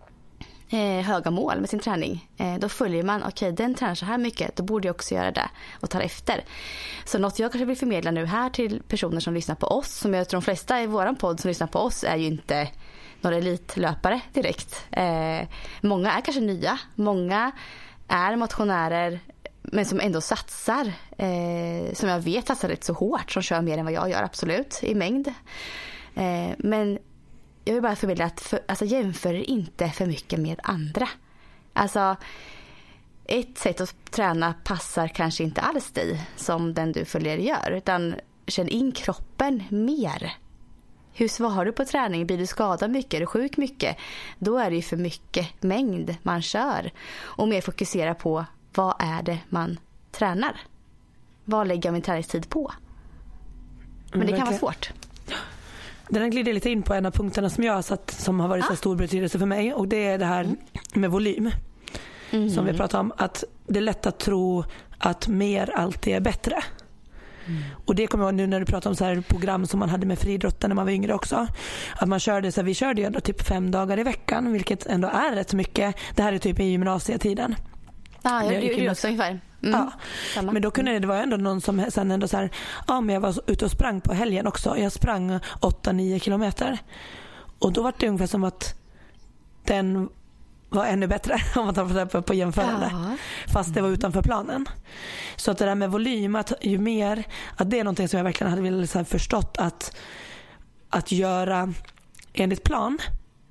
höga mål med sin träning. Då följer man, okej, den tränar så här mycket, då borde jag också göra det och ta efter. Så något jag kanske vill förmedla nu här till personer som lyssnar på oss, som jag tror de flesta i våran podd som lyssnar på oss är ju inte några elitlöpare direkt. Många är kanske nya, många är motionärer men som ändå satsar, som jag vet satsar rätt så hårt, som kör mer än vad jag gör, absolut, i mängd. Men jag vill bara förmedla att alltså, jämför inte för mycket med andra. Alltså, ett sätt att träna passar kanske inte alls dig som den du följer gör, utan känn in kroppen mer. Hur svarar du på träning? Blir du skadad mycket? Är du sjuk mycket? Då är det ju för mycket mängd man kör. Och mer fokusera på vad är det man tränar. Vad lägger jag min träningstid på? Men det kan vara svårt. Den glider lite in på en av punkterna som jag har satt, som har varit så stor betydelse för mig. Och det är det här med volym. Som vi pratar om. Att det är lätt att tro att mer alltid är bättre. Och det kommer jag nu när du pratar om så här program som man hade med friidrotten när man var yngre också. Att man körde så här, vi körde ju ändå typ 5 dagar i veckan, vilket ändå är rätt mycket. Det här är typ i gymnasietiden. Ja, jag gjorde det också ungefär. Ja. Men då kunde det vara ändå någon som sen ändå så här, men jag var ute och sprang på helgen också. Jag sprang 8-9 kilometer. Och då var det ungefär som att den var ännu bättre om man tar på jämförande. Fast det var utanför planen. Så att det där med volym, att ju mer, att det är någonting som jag verkligen hade velat så här förstått, att göra enligt plan,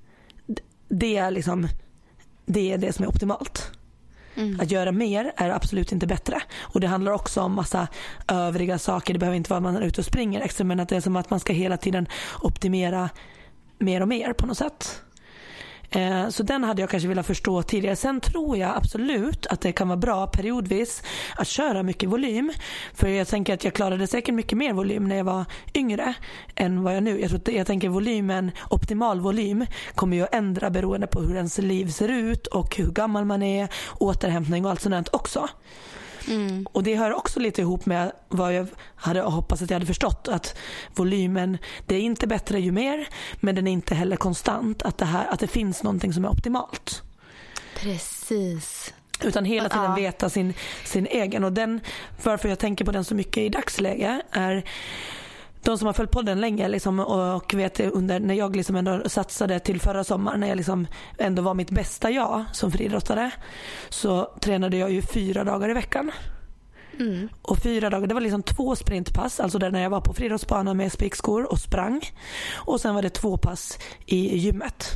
det är liksom, det är det som är optimalt. Att göra mer är absolut inte bättre. Och det handlar också om massa övriga saker. Det behöver inte vara att man är ute och springer extra, men att det är som att man ska hela tiden optimera mer och mer på något sätt. Så den hade jag kanske velat förstå tidigare. Sen tror jag absolut att det kan vara bra periodvis att köra mycket volym. För jag tänker att jag klarade säkert mycket mer volym när jag var yngre än vad jag nu. Jag tänker volymen, optimal volym kommer ju att ändra beroende på hur ens liv ser ut och hur gammal man är, återhämtning och allt sånt också. Och det hör också lite ihop med vad jag hade hoppats att jag hade förstått, att volymen, det är inte bättre ju mer, men den är inte heller konstant, att det finns någonting som är optimalt. Precis. Utan hela tiden veta sin egen. Och den, varför jag tänker på den så mycket i dagsläge är de som har följt podden länge liksom, och vet under när jag liksom ändå satsade till förra sommaren, när jag liksom ändå var mitt bästa jag som friidrottare, så tränade jag ju 4 dagar i veckan. Och 4 dagar, det var liksom 2 sprintpass, alltså där när jag var på friidrottsbanan med spikskor och sprang, och sen var det 2 pass i gymmet.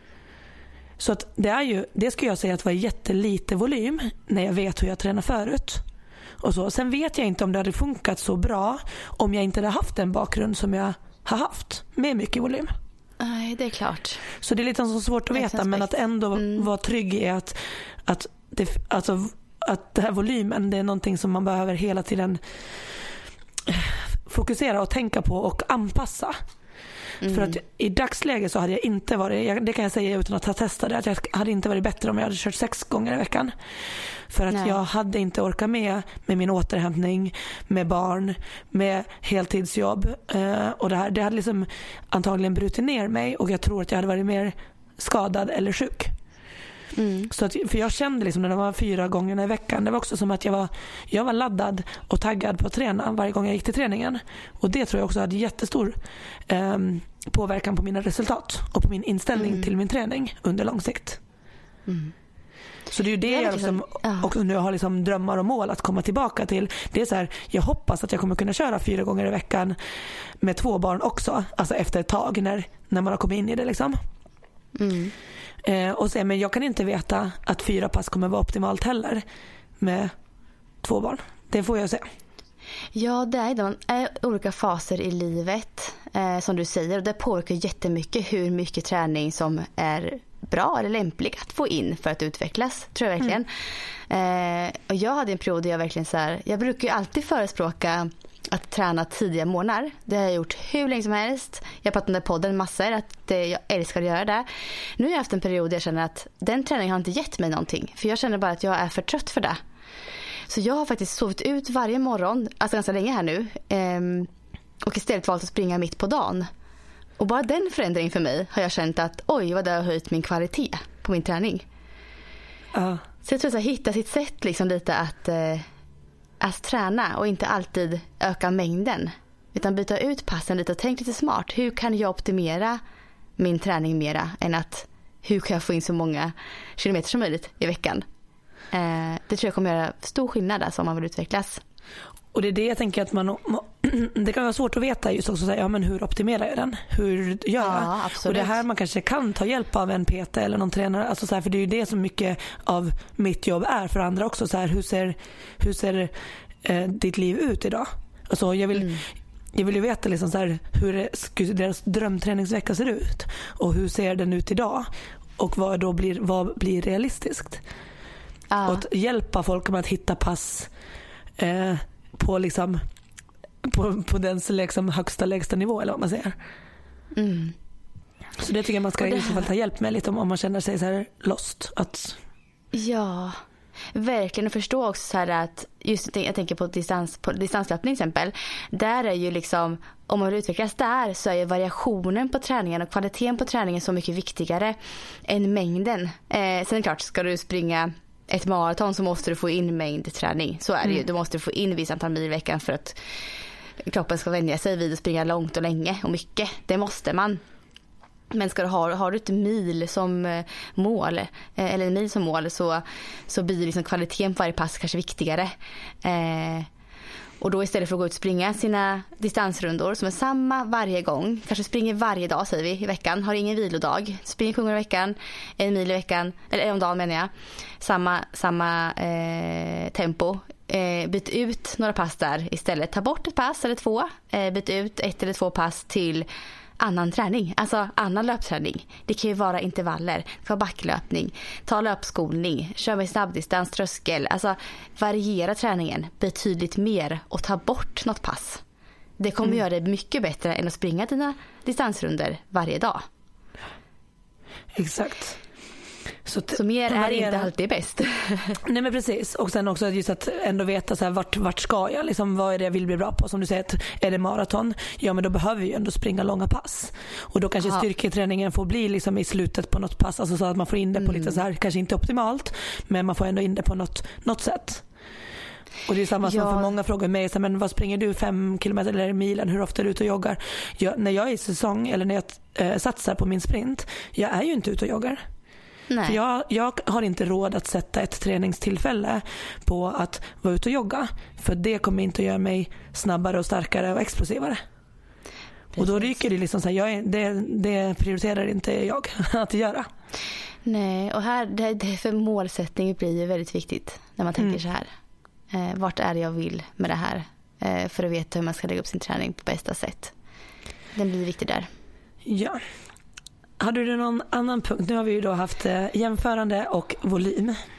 Så att det skulle jag säga att var jättelite volym när jag vet hur jag tränar förut. Och så. Sen vet jag inte om det hade funkat så bra om jag inte hade haft den bakgrund som jag har haft med mycket volym. Nej, det är klart. Så det är lite så svårt att veta, men att ändå vara trygg i att att det här volymen, det är någonting som man behöver hela tiden fokusera och tänka på och anpassa. För att i dagsläget så hade jag inte varit, det kan jag säga utan att ha testat det, att jag hade inte varit bättre om jag hade kört 6 gånger i veckan. För att jag hade inte orkat med min återhämtning, med barn, med heltidsjobb. Och det hade liksom antagligen brutit ner mig, och jag tror att jag hade varit mer skadad eller sjuk. Så att, för jag kände liksom när det var 4 gånger i veckan, det var också som att jag var laddad och taggad på att träna varje gång jag gick till träningen. Och det tror jag också hade jättestor påverkan på mina resultat och på min inställning till min träning under lång sikt. Så det är ju det jag liksom, och nu har liksom drömmar och mål att komma tillbaka till. Det är så här, jag hoppas att jag kommer kunna köra 4 gånger i veckan med 2 barn också, alltså efter ett tag när man har kommit in i det liksom. Och sen, men jag kan inte veta att 4 pass kommer vara optimalt heller med 2 barn. Det får jag se. Ja, det är olika faser i livet som du säger, och det påverkar jättemycket hur mycket träning som är bra eller lämplig att få in för att utvecklas, tror jag verkligen. Och jag hade en period där jag verkligen så här, jag brukar ju alltid förespråka att träna tidiga morgnar. Det har jag gjort hur länge som helst. Jag pratar om det i podden massor, att jag älskar att göra det. Nu har jag haft en period där jag känner att den träningen har inte gett mig någonting. För jag känner bara att jag är för trött för det. Så jag har faktiskt sovit ut varje morgon, alltså ganska länge här nu. Och istället valt att springa mitt på dagen. Och bara den förändringen för mig har jag känt att oj, vad det har höjt min kvalitet på min träning. Så jag tror att hitta sitt sätt liksom lite att träna och inte alltid öka mängden, utan byta ut passen lite och tänk lite smart. Hur kan jag optimera min träning mera än att hur kan jag få in så många kilometer som möjligt i veckan? Det tror jag kommer göra stor skillnad alltså, om man vill utvecklas. Och det är det jag tänker att det kan vara svårt att veta just också, ja, men hur optimerar jag den? Hur gör jag? Absolut. Och det här man kanske kan ta hjälp av en PT eller någon tränare, alltså så här, för det är ju det som mycket av mitt jobb är för andra också, så här, hur ser ditt liv ut idag? Alltså jag vill ju veta liksom så här, hur deras drömträningsvecka ser ut och hur ser den ut idag och vad blir realistiskt. Och att hjälpa folk med att hitta pass på liksom på den liksom högsta lägsta nivå, eller vad man säger. Så det tycker jag man ska i så fall ta hjälp med lite om man känner sig så här lost. Ja, verkligen. Och förstå också så här att just jag tänker på distanslöpning exempel. Där är ju liksom, om man vill utvecklas där, så är ju variationen på träningen och kvaliteten på träningen så mycket viktigare än mängden. Sen är det klart, ska du springa ett maraton så måste du få in mängd träning. Så är det ju. Du måste få in vissa antal mil i veckan för att kroppen ska vänja sig vid att springa långt och länge och mycket. Det måste man. Men har du ett mil som mål eller en mil som mål, så blir liksom kvaliteten på varje pass kanske viktigare. Och då istället för att gå ut och springa sina distansrundor som är samma varje gång, kanske springer varje dag säger vi i veckan, har ingen vilodag, springer 7 gånger i veckan, 1 mil i veckan, eller 1 om dagen menar jag, samma tempo. Byt ut några pass där istället, ta bort ett pass eller 2, byt ut 1 eller 2 pass till annan träning, alltså annan löpträning. Det kan ju vara intervaller, ta backlöpning, ta löpskolning, kör med snabbdistans, tröskel, alltså variera träningen betydligt mer och ta bort något pass. Det kommer göra det mycket bättre än att springa dina distansrunder varje dag. Exakt. Så mer är inte alltid bäst. Nej men precis. Och sen också just att ändå veta så här, vart ska jag? Liksom, vad är det jag vill bli bra på? Som du säger, är det maraton? Ja, men då behöver vi ju ändå springa långa pass. Och då kanske styrketräningen får bli liksom i slutet på något pass. Alltså så att man får in det på lite så här, kanske inte optimalt, men man får ändå in det på något sätt. Och det är samma som för många frågor mig, så, men vad springer du 5 kilometer eller milen? Hur ofta är du ute och joggar? När jag är i säsong eller när jag satsar på min sprint, jag är ju inte ute och joggar. För jag har inte råd att sätta ett träningstillfälle på att vara ute och jogga, för det kommer inte att göra mig snabbare och starkare och explosivare. Precis. Och då ryker det liksom så här, det prioriterar inte jag att göra. Nej, och här det för målsättning blir ju väldigt viktigt när man tänker så här. Vart är det jag vill med det här? För att veta hur man ska lägga upp sin träning på bästa sätt. Den blir viktig där. Ja. Hade du någon annan punkt? Nu har vi ju då haft jämförande och volym.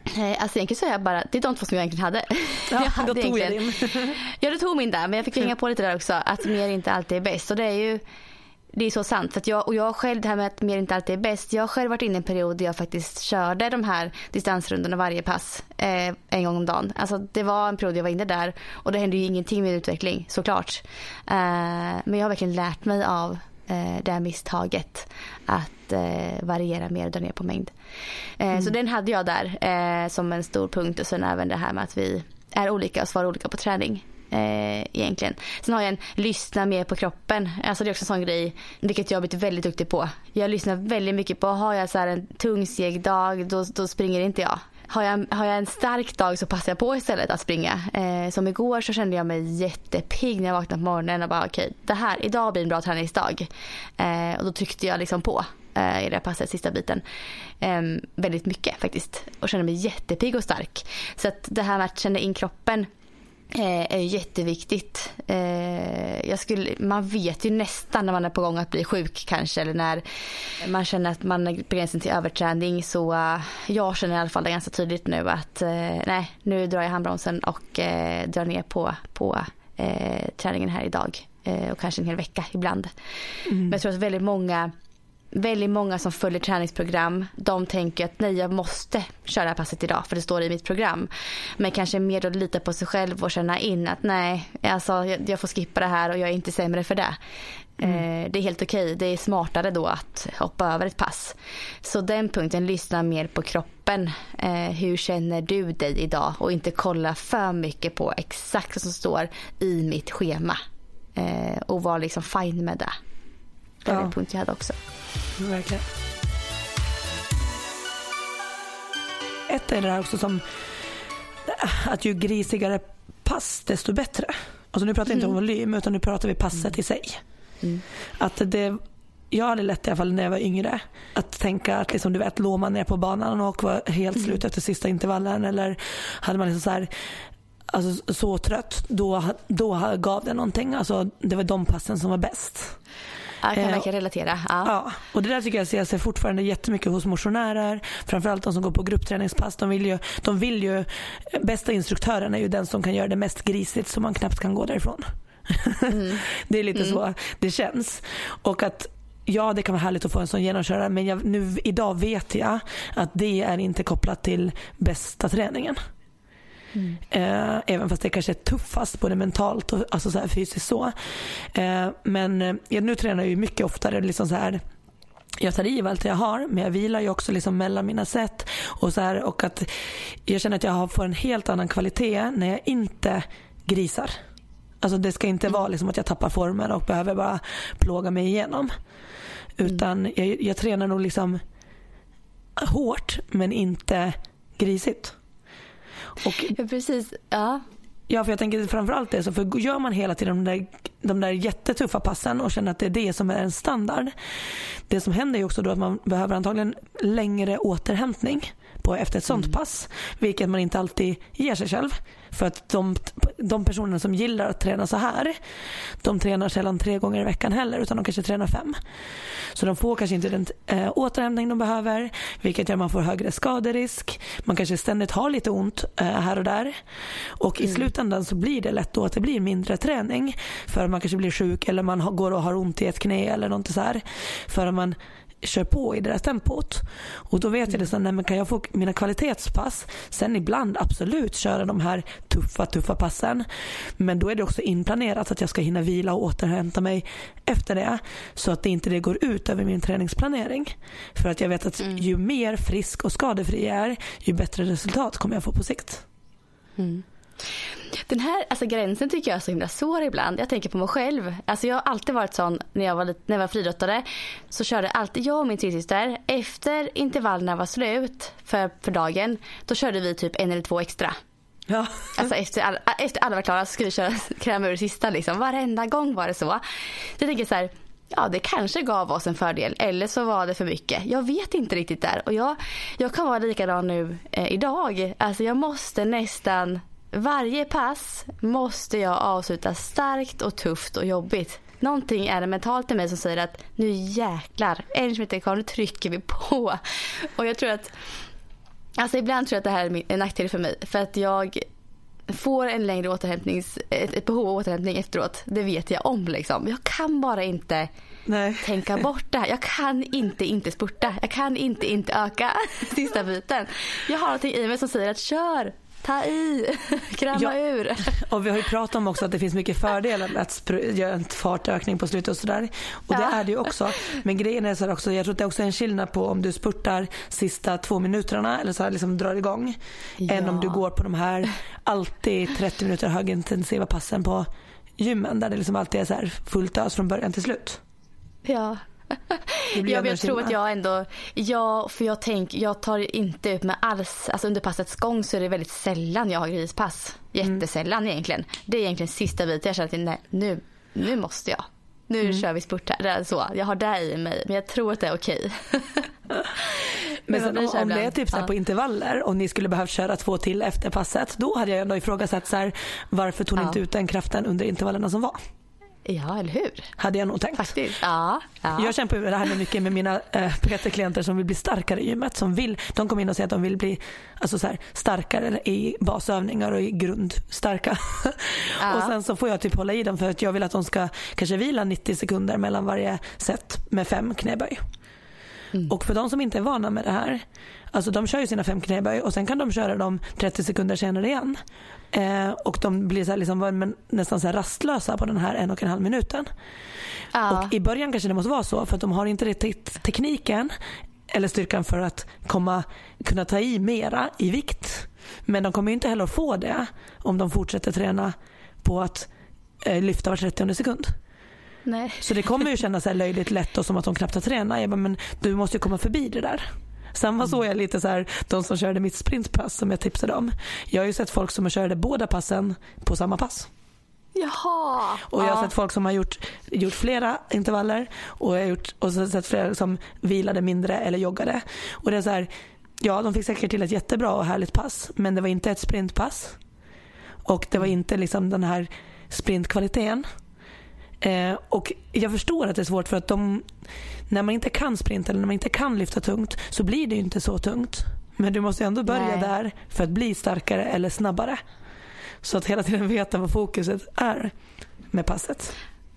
Alltså egentligen så är jag bara, det är de två som jag egentligen hade. Ja, då tog jag din. Ja, då tog min där, men jag fick hänga på lite där också, att mer inte alltid är bäst. Och det är så sant, för att jag själv, det här med att mer inte alltid är bäst, jag har själv varit inne i en period där jag faktiskt körde de här distansrundorna varje pass en gång om dagen. Alltså det var en period jag var inne där, och det hände ju ingenting med utveckling, såklart. Men jag har verkligen lärt mig av det här misstaget att variera mer och dra ner på mängd. Så den hade jag där som en stor punkt, och sen även det här med att vi är olika och svarar olika på träning. Egentligen. Sen har jag lyssna mer på kroppen. Alltså det är också en sån grej, vilket jag har blivit väldigt duktig på. Jag lyssnar väldigt mycket på, har jag så här en tung seg dag, då springer inte jag. Har jag en stark dag så passar jag på istället att springa. Som igår så kände jag mig jättepigg när jag vaknade på morgonen och bara okej, idag blir en bra träningsdag. Och då tryckte jag liksom på i det passet, sista biten. Väldigt mycket faktiskt. Och kände mig jättepigg och stark. Så att det här med att känna in kroppen är jätteviktigt. Man vet ju nästan när man är på gång att bli sjuk kanske, eller när man känner att man är på gränsen till överträning, så jag känner i alla fall det ganska tydligt nu att nej, nu drar jag handbromsen och drar ner på träningen här idag, och kanske en hel vecka ibland. Men jag tror att väldigt många som följer träningsprogram, de tänker att nej, jag måste köra det här passet idag för det står i mitt program. Men kanske mer då lita på sig själv och känna in att nej, alltså jag får skippa det här och jag är inte sämre för det. Det är helt okej. Det är smartare då att hoppa över ett pass. Så den punkten, lyssna mer på kroppen. Hur känner du dig idag? Och inte kolla för mycket på exakt vad som står i mitt schema. Och vara liksom fine med det. Det är en punkt jag hade också. Verkligen. Ett är det här också som att ju grisigare pass desto bättre. Alltså nu pratar vi inte om volym, utan nu pratar vi passet i sig. Att jag hade lätt i alla fall när jag var yngre att tänka att liksom, du vet, låg man ner på banan och var helt slut efter sista intervallen, eller hade man liksom så här, alltså så trött, då gav det någonting. Alltså det var de passen som var bäst. Jag kan verkligen relatera. Ja, och det där tycker jag ser fortfarande jättemycket hos motionärer, framförallt de som går på gruppträningspass. De vill ju bästa instruktören är ju den som kan göra det mest grisigt så man knappt kan gå därifrån. Det är lite så det känns. Och att ja, det kan vara härligt att få en sån genomkörare, men idag vet jag att det är inte kopplat till bästa träningen. Även fast det kanske är tuffast både mentalt och alltså så här fysiskt så. Men nu tränar jag ju mycket oftare liksom så här. Jag tar i allt jag har, men jag vilar ju också liksom mellan mina set och så här, och att jag känner att jag får en helt annan kvalitet när jag inte grisar. Alltså det ska inte vara liksom att jag tappar formen och behöver bara plåga mig igenom. Utan jag tränar nog liksom hårt men inte grisigt. Och, ja, precis. Ja. Ja, för jag tänker framförallt det, så för gör man hela tiden de där jättetuffa passen och känner att det är det som är en standard. Det som händer är också då att man behöver antagligen längre återhämtning efter ett sånt pass, vilket man inte alltid ger sig själv. För att de personer som gillar att träna så här, de tränar sällan 3 gånger i veckan heller, utan de kanske tränar 5. Så de får kanske inte den återhämtning de behöver, vilket gör att man får högre skaderisk. Man kanske ständigt har lite ont här och där. Och i slutändan så blir det lätt då att det blir mindre träning, för att man kanske blir sjuk, eller man går och har ont i ett knä eller något så här, för att man kör på i det där tempot. Och då vet jag det så, nej, men kan jag få mina kvalitetspass, sen ibland absolut köra de här tuffa passen, men då är det också inplanerat att jag ska hinna vila och återhämta mig efter det, så att det inte går ut över min träningsplanering. För att jag vet att ju mer frisk och skadefri jag är, ju bättre resultat kommer jag få på sikt. Den här gränsen tycker jag är så himla svår ibland. Jag tänker på mig själv. Alltså jag har alltid varit sån när jag var friidrottare, så körde alltid jag och min syster efter intervallerna var slut för dagen, då körde vi typ 1 eller 2 extra. Ja. Alltså efter alla var klara så skulle vi köra kräma ur sista liksom. Varenda gång var det så. Jag tänker så här, ja, det kanske gav oss en fördel, eller så var det för mycket. Jag vet inte riktigt där. Och jag kan vara likadan nu idag. Alltså jag måste nästan varje pass måste jag avsluta starkt och tufft och jobbigt. Någonting är det mentalt i mig som säger att nu jäklar, en som inte kan, nu trycker vi på. Och jag tror att Alltså ibland tror jag att det här är en nackdel för mig. För att jag får en längre ett behov av återhämtning efteråt. Det vet jag om liksom. Jag kan bara inte tänka bort det här. Jag kan inte spurta. Jag kan inte öka sista biten. Jag har någonting i mig som säger att kör. Ta i, kräma ur. Och vi har ju pratat om också att det finns mycket fördelar med att göra en fartökning på slutet och sådär. Och det är det ju också. Men grejen är så här också, jag tror att det är också en skillnad på om du spurtar sista 2 minuterna eller så här liksom drar igång. Än om du går på de här alltid 30 minuter högintensiva passen på gymmen där det liksom alltid är så här fullt ös från början till slut. Ja. Jag tror att jag ändå jag tar inte ut med alls, alltså under passets gång så är det väldigt sällan jag har grispass, jättesällan egentligen. Det är egentligen sista biten jag känner att nu måste jag. Nu kör vi spurt här. Så, jag har det i mig, men jag tror att det är okej. Men sen, om det är typ så här på intervaller och ni skulle behöva köra 2 till efter passet, då hade jag ändå ifrågasatt så här, varför tog ni inte ut den kraften under intervallerna som var? Ja, eller hur? Hade jag nog tänkt. Faktiskt. Ja. Jag kämpar ju det här mycket med mina PT-klienter som vill bli starkare i gymmet. De kommer in och säger att de vill bli alltså så här, starkare i basövningar och i grundstarka. Och sen så får jag typ hålla i dem för att jag vill att de ska kanske vila 90 sekunder mellan varje set med 5 knäböj. Och för de som inte är vana med det här, alltså de kör ju sina 5 knäböj och sen kan de köra dem 30 sekunder senare igen. Och de blir så här liksom, nästan så här rastlösa på den här 1,5 minuten. Och i början kanske det måste vara så för att de har inte riktigt tekniken eller styrkan för att kunna ta i mera i vikt. Men de kommer inte heller att få det om de fortsätter träna på att lyfta var 30 sekund. Nej. Så det kommer ju kännas så här löjligt lätt och som att de knappt har tränat. Jag bara, men du måste ju komma förbi det där. Samma så är jag lite så här, de som körde mitt sprintpass som jag tipsade om. Jag har ju sett folk som har körde båda passen på samma pass. Jaha. Och jag har sett folk som har gjort flera intervaller och jag har sett flera som vilade mindre eller joggade. Och det är så här, ja, de fick säkert till ett jättebra och härligt pass, men det var inte ett sprintpass. Och det var inte liksom den här sprintkvaliteten. Och jag förstår att det är svårt för att när man inte kan sprinta eller när man inte kan lyfta tungt så blir det ju inte så tungt. Men du måste ju ändå börja där för att bli starkare eller snabbare. Så att hela tiden veta vad fokuset är med passet.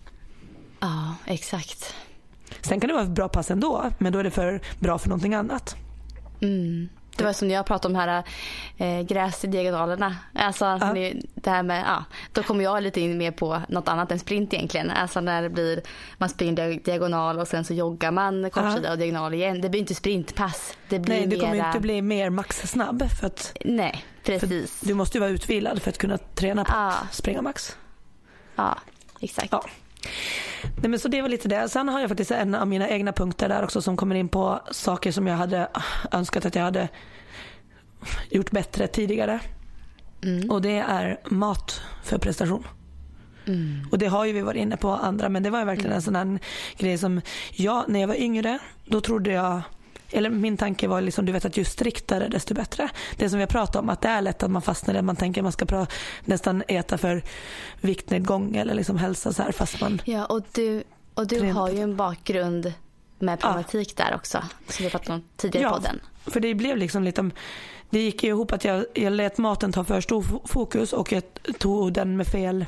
Ja, exakt. Sen kan det vara ett bra pass ändå, men då är det för bra för någonting annat. Det var som jag pratade om här gräs i diagonalerna. Alltså det här med då kommer jag lite in mer på något annat än sprint egentligen. Alltså när det blir man springer diagonal och sen så joggar man kortsida och diagonal igen. Det blir inte sprintpass. Det blir nej, det kommer ju inte bli mer max snabb för att nej, precis. För du måste ju vara utvilad för att kunna träna på att springa max. Ja, exakt. Ja. Nej, men så det var lite det. Sen har jag faktiskt en av mina egna punkter där också som kommer in på saker som jag hade önskat att jag hade gjort bättre tidigare. Och det är mat för prestation. Och det har ju vi varit inne på andra, men det var ju verkligen en sån här grej som när jag var yngre, då trodde jag, eller min tanke var liksom, du vet att ju striktare desto bättre. Det som vi har pratat om, att det är lätt att man fastnar där man tänker att man ska nästan äta för viktnedgång eller liksom hälsa så här fast man... Ja, och du har ju en bakgrund med problematik där också, som vi pratade om tidigare på den. För det blev liksom lite... Det gick ju ihop att jag lät maten ta för stor fokus och jag tog den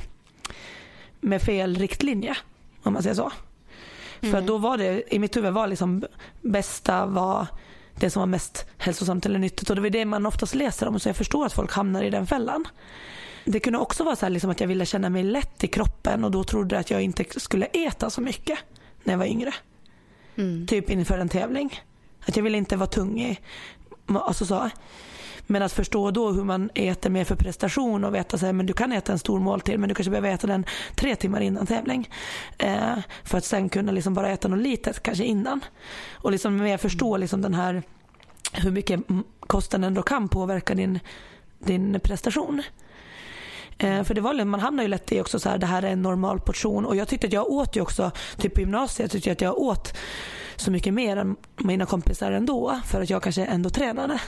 med fel riktlinje, om man säger så. För då var det, i mitt huvud var liksom bästa var det som var mest hälsosamt eller nyttigt. Och det var det man oftast läser om, så jag förstår att folk hamnar i den fällan. Det kunde också vara så här liksom att jag ville känna mig lätt i kroppen och då trodde jag att jag inte skulle äta så mycket när jag var yngre. Typ inför en tävling. Att jag ville inte vara tung alltså så. Men att förstå då hur man äter mer för prestation och veta så men du kan äta en stor måltid men du kanske behöver äta den 3 timmar innan tävling. För att sen kunna liksom bara äta något litet kanske innan. Och liksom mer förstå liksom den här hur mycket kosten ändå kan påverka din prestation. För det var man hamnar ju lätt i också så här, det här är en normal portion. Och jag tyckte att jag åt ju också, typ på gymnasiet tyckte jag att jag åt så mycket mer än mina kompisar ändå. För att jag kanske ändå tränade.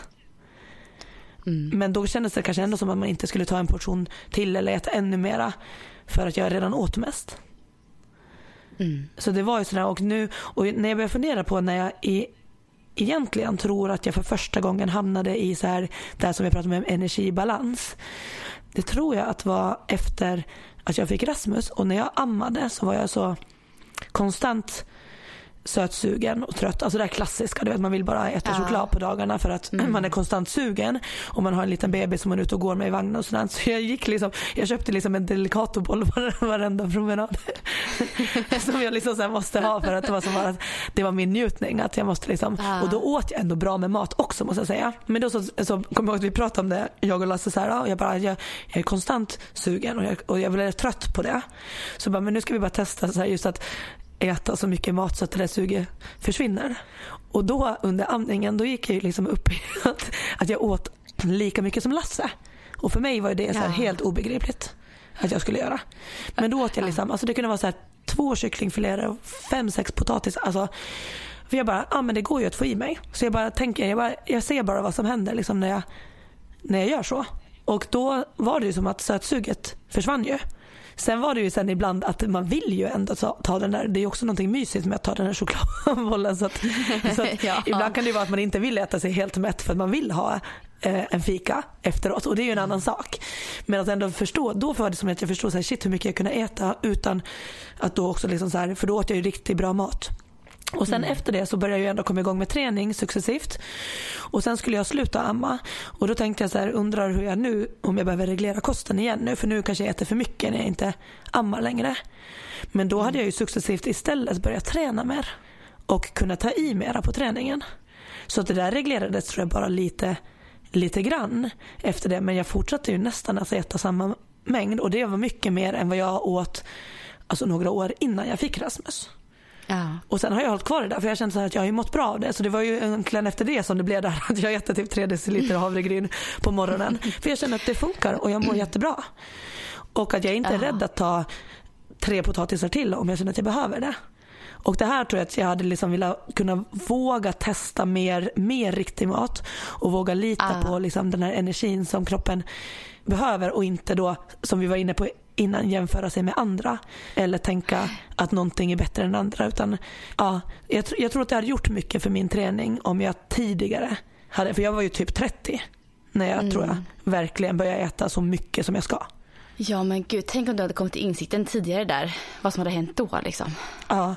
Men då kändes det kanske ändå som att man inte skulle ta en portion till eller äta ännu mera för att jag redan åt mest. Så det var ju sådär. Och när jag började fundera på när jag egentligen tror att jag för första gången hamnade i så här, det här som vi pratade om, energibalans. Det tror jag att var efter att jag fick Rasmus, och när jag ammade så var jag så konstant sötsugen och trött. Alltså det här klassiska, du vet, man vill bara äta choklad på dagarna för att man är konstant sugen, och man har en liten bebis som man är ute och går med i vagnen och sådär. Så jag köpte liksom en Delicatoboll varenda promenad som jag liksom så här måste ha, för att det var som att det var min njutning, att jag måste liksom, och då åt jag ändå bra med mat också, måste jag säga. Men då så kom jag ihåg att vi pratade om det, jag och Lasse, så här, jag är konstant sugen och jag blev trött på det. Så bara, men nu ska vi bara testa så här, just att äta så mycket mat så att det där suget försvinner. Och då under amningen, då gick jag ju liksom upp i att jag åt lika mycket som Lasse. Och för mig var det så här helt obegripligt att jag skulle göra. Men då åt jag liksom, alltså det kunde vara så här 2 kycklingfiléer och 5-6 potatis. Alltså, för jag bara, men det går ju att få i mig. Så jag bara tänker, jag ser bara vad som händer liksom när jag gör så. Och då var det ju som att sötsuget försvann ju. Sen var det ju sen ibland att man vill ju ändå ta den där. Det är också någonting mysigt med att ta den här chokladbollen. Så att ibland kan det vara att man inte vill äta sig helt mätt för att man vill ha en fika efteråt. Och det är ju en annan sak. Men att ändå förstå, då var det som att jag förstod så här, shit hur mycket jag kunde äta utan att då också liksom så här, för då åt jag ju riktigt bra mat. Och sen efter det så började jag ju ändå komma igång med träning successivt. Och sen skulle jag sluta amma. Och då tänkte jag så här, undrar hur jag nu, om jag behöver reglera kosten igen nu. För nu kanske jag äter för mycket när jag inte ammar längre. Men då hade jag ju successivt istället börjat träna mer. Och kunna ta i mera på träningen. Så att det där reglerades tror jag bara lite grann efter det. Men jag fortsatte ju nästan att äta samma mängd. Och det var mycket mer än vad jag åt alltså några år innan jag fick Rasmus. Ja. Och sen har jag hållit kvar det där, för jag kände så här att jag har ju mått bra av det. Så det var ju egentligen efter det som det blev där att jag äter typ 3 deciliter havregryn på morgonen. För jag känner att det funkar och jag mår jättebra. Och att jag inte är rädd att ta 3 potatisar till om jag känner att jag behöver det. Och det här tror jag att jag hade liksom velat kunna våga testa mer riktig mat. Och våga lita på liksom den här energin som kroppen behöver. Och inte då, som vi var inne på innan, jämföra sig med andra. Eller tänka att någonting är bättre än andra. Utan jag tror att det hade gjort mycket för min träning om jag tidigare hade. För jag var ju typ 30 när jag tror jag verkligen började äta så mycket som jag ska. Ja men gud, tänk om du hade kommit till insikten tidigare där. Vad som hade hänt då liksom. Ja.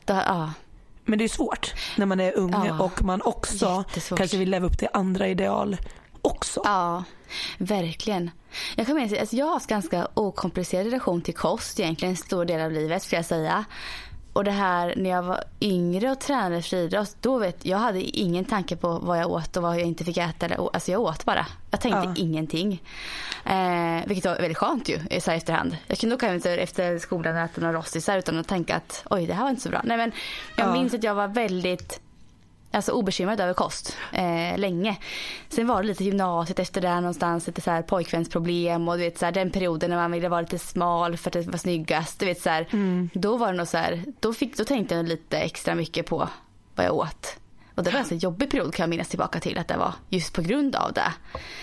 Men det är svårt när man är ung och man också kanske vill leva upp till andra ideal också. Ja, verkligen. Jag kan mena att jag har haft ganska okomplicerad relation till kost egentligen en stor del av livet, ska jag säga. Och det här när jag var yngre och tränade friidrott, då jag hade ingen tanke på vad jag åt och vad jag inte fick äta. Alltså jag åt bara. Jag tänkte ingenting. Vilket var väldigt skönt ju så här efterhand. Jag kunde nog inte efter skolan äta några rostisar utan att tänka att oj, det här var inte så bra. Nej, men jag minns att jag var väldigt obekymrad över kost länge. Sen var det lite gymnasiet efter det någonstans, lite så här pojkvänsproblem och du vet så här, den perioden när man ville vara lite smal för att det var snyggast, du vet så här, då var det nog så här, då tänkte jag lite extra mycket på vad jag åt. Och det var en så jobbig period kan jag minnas tillbaka till att det var just på grund av det.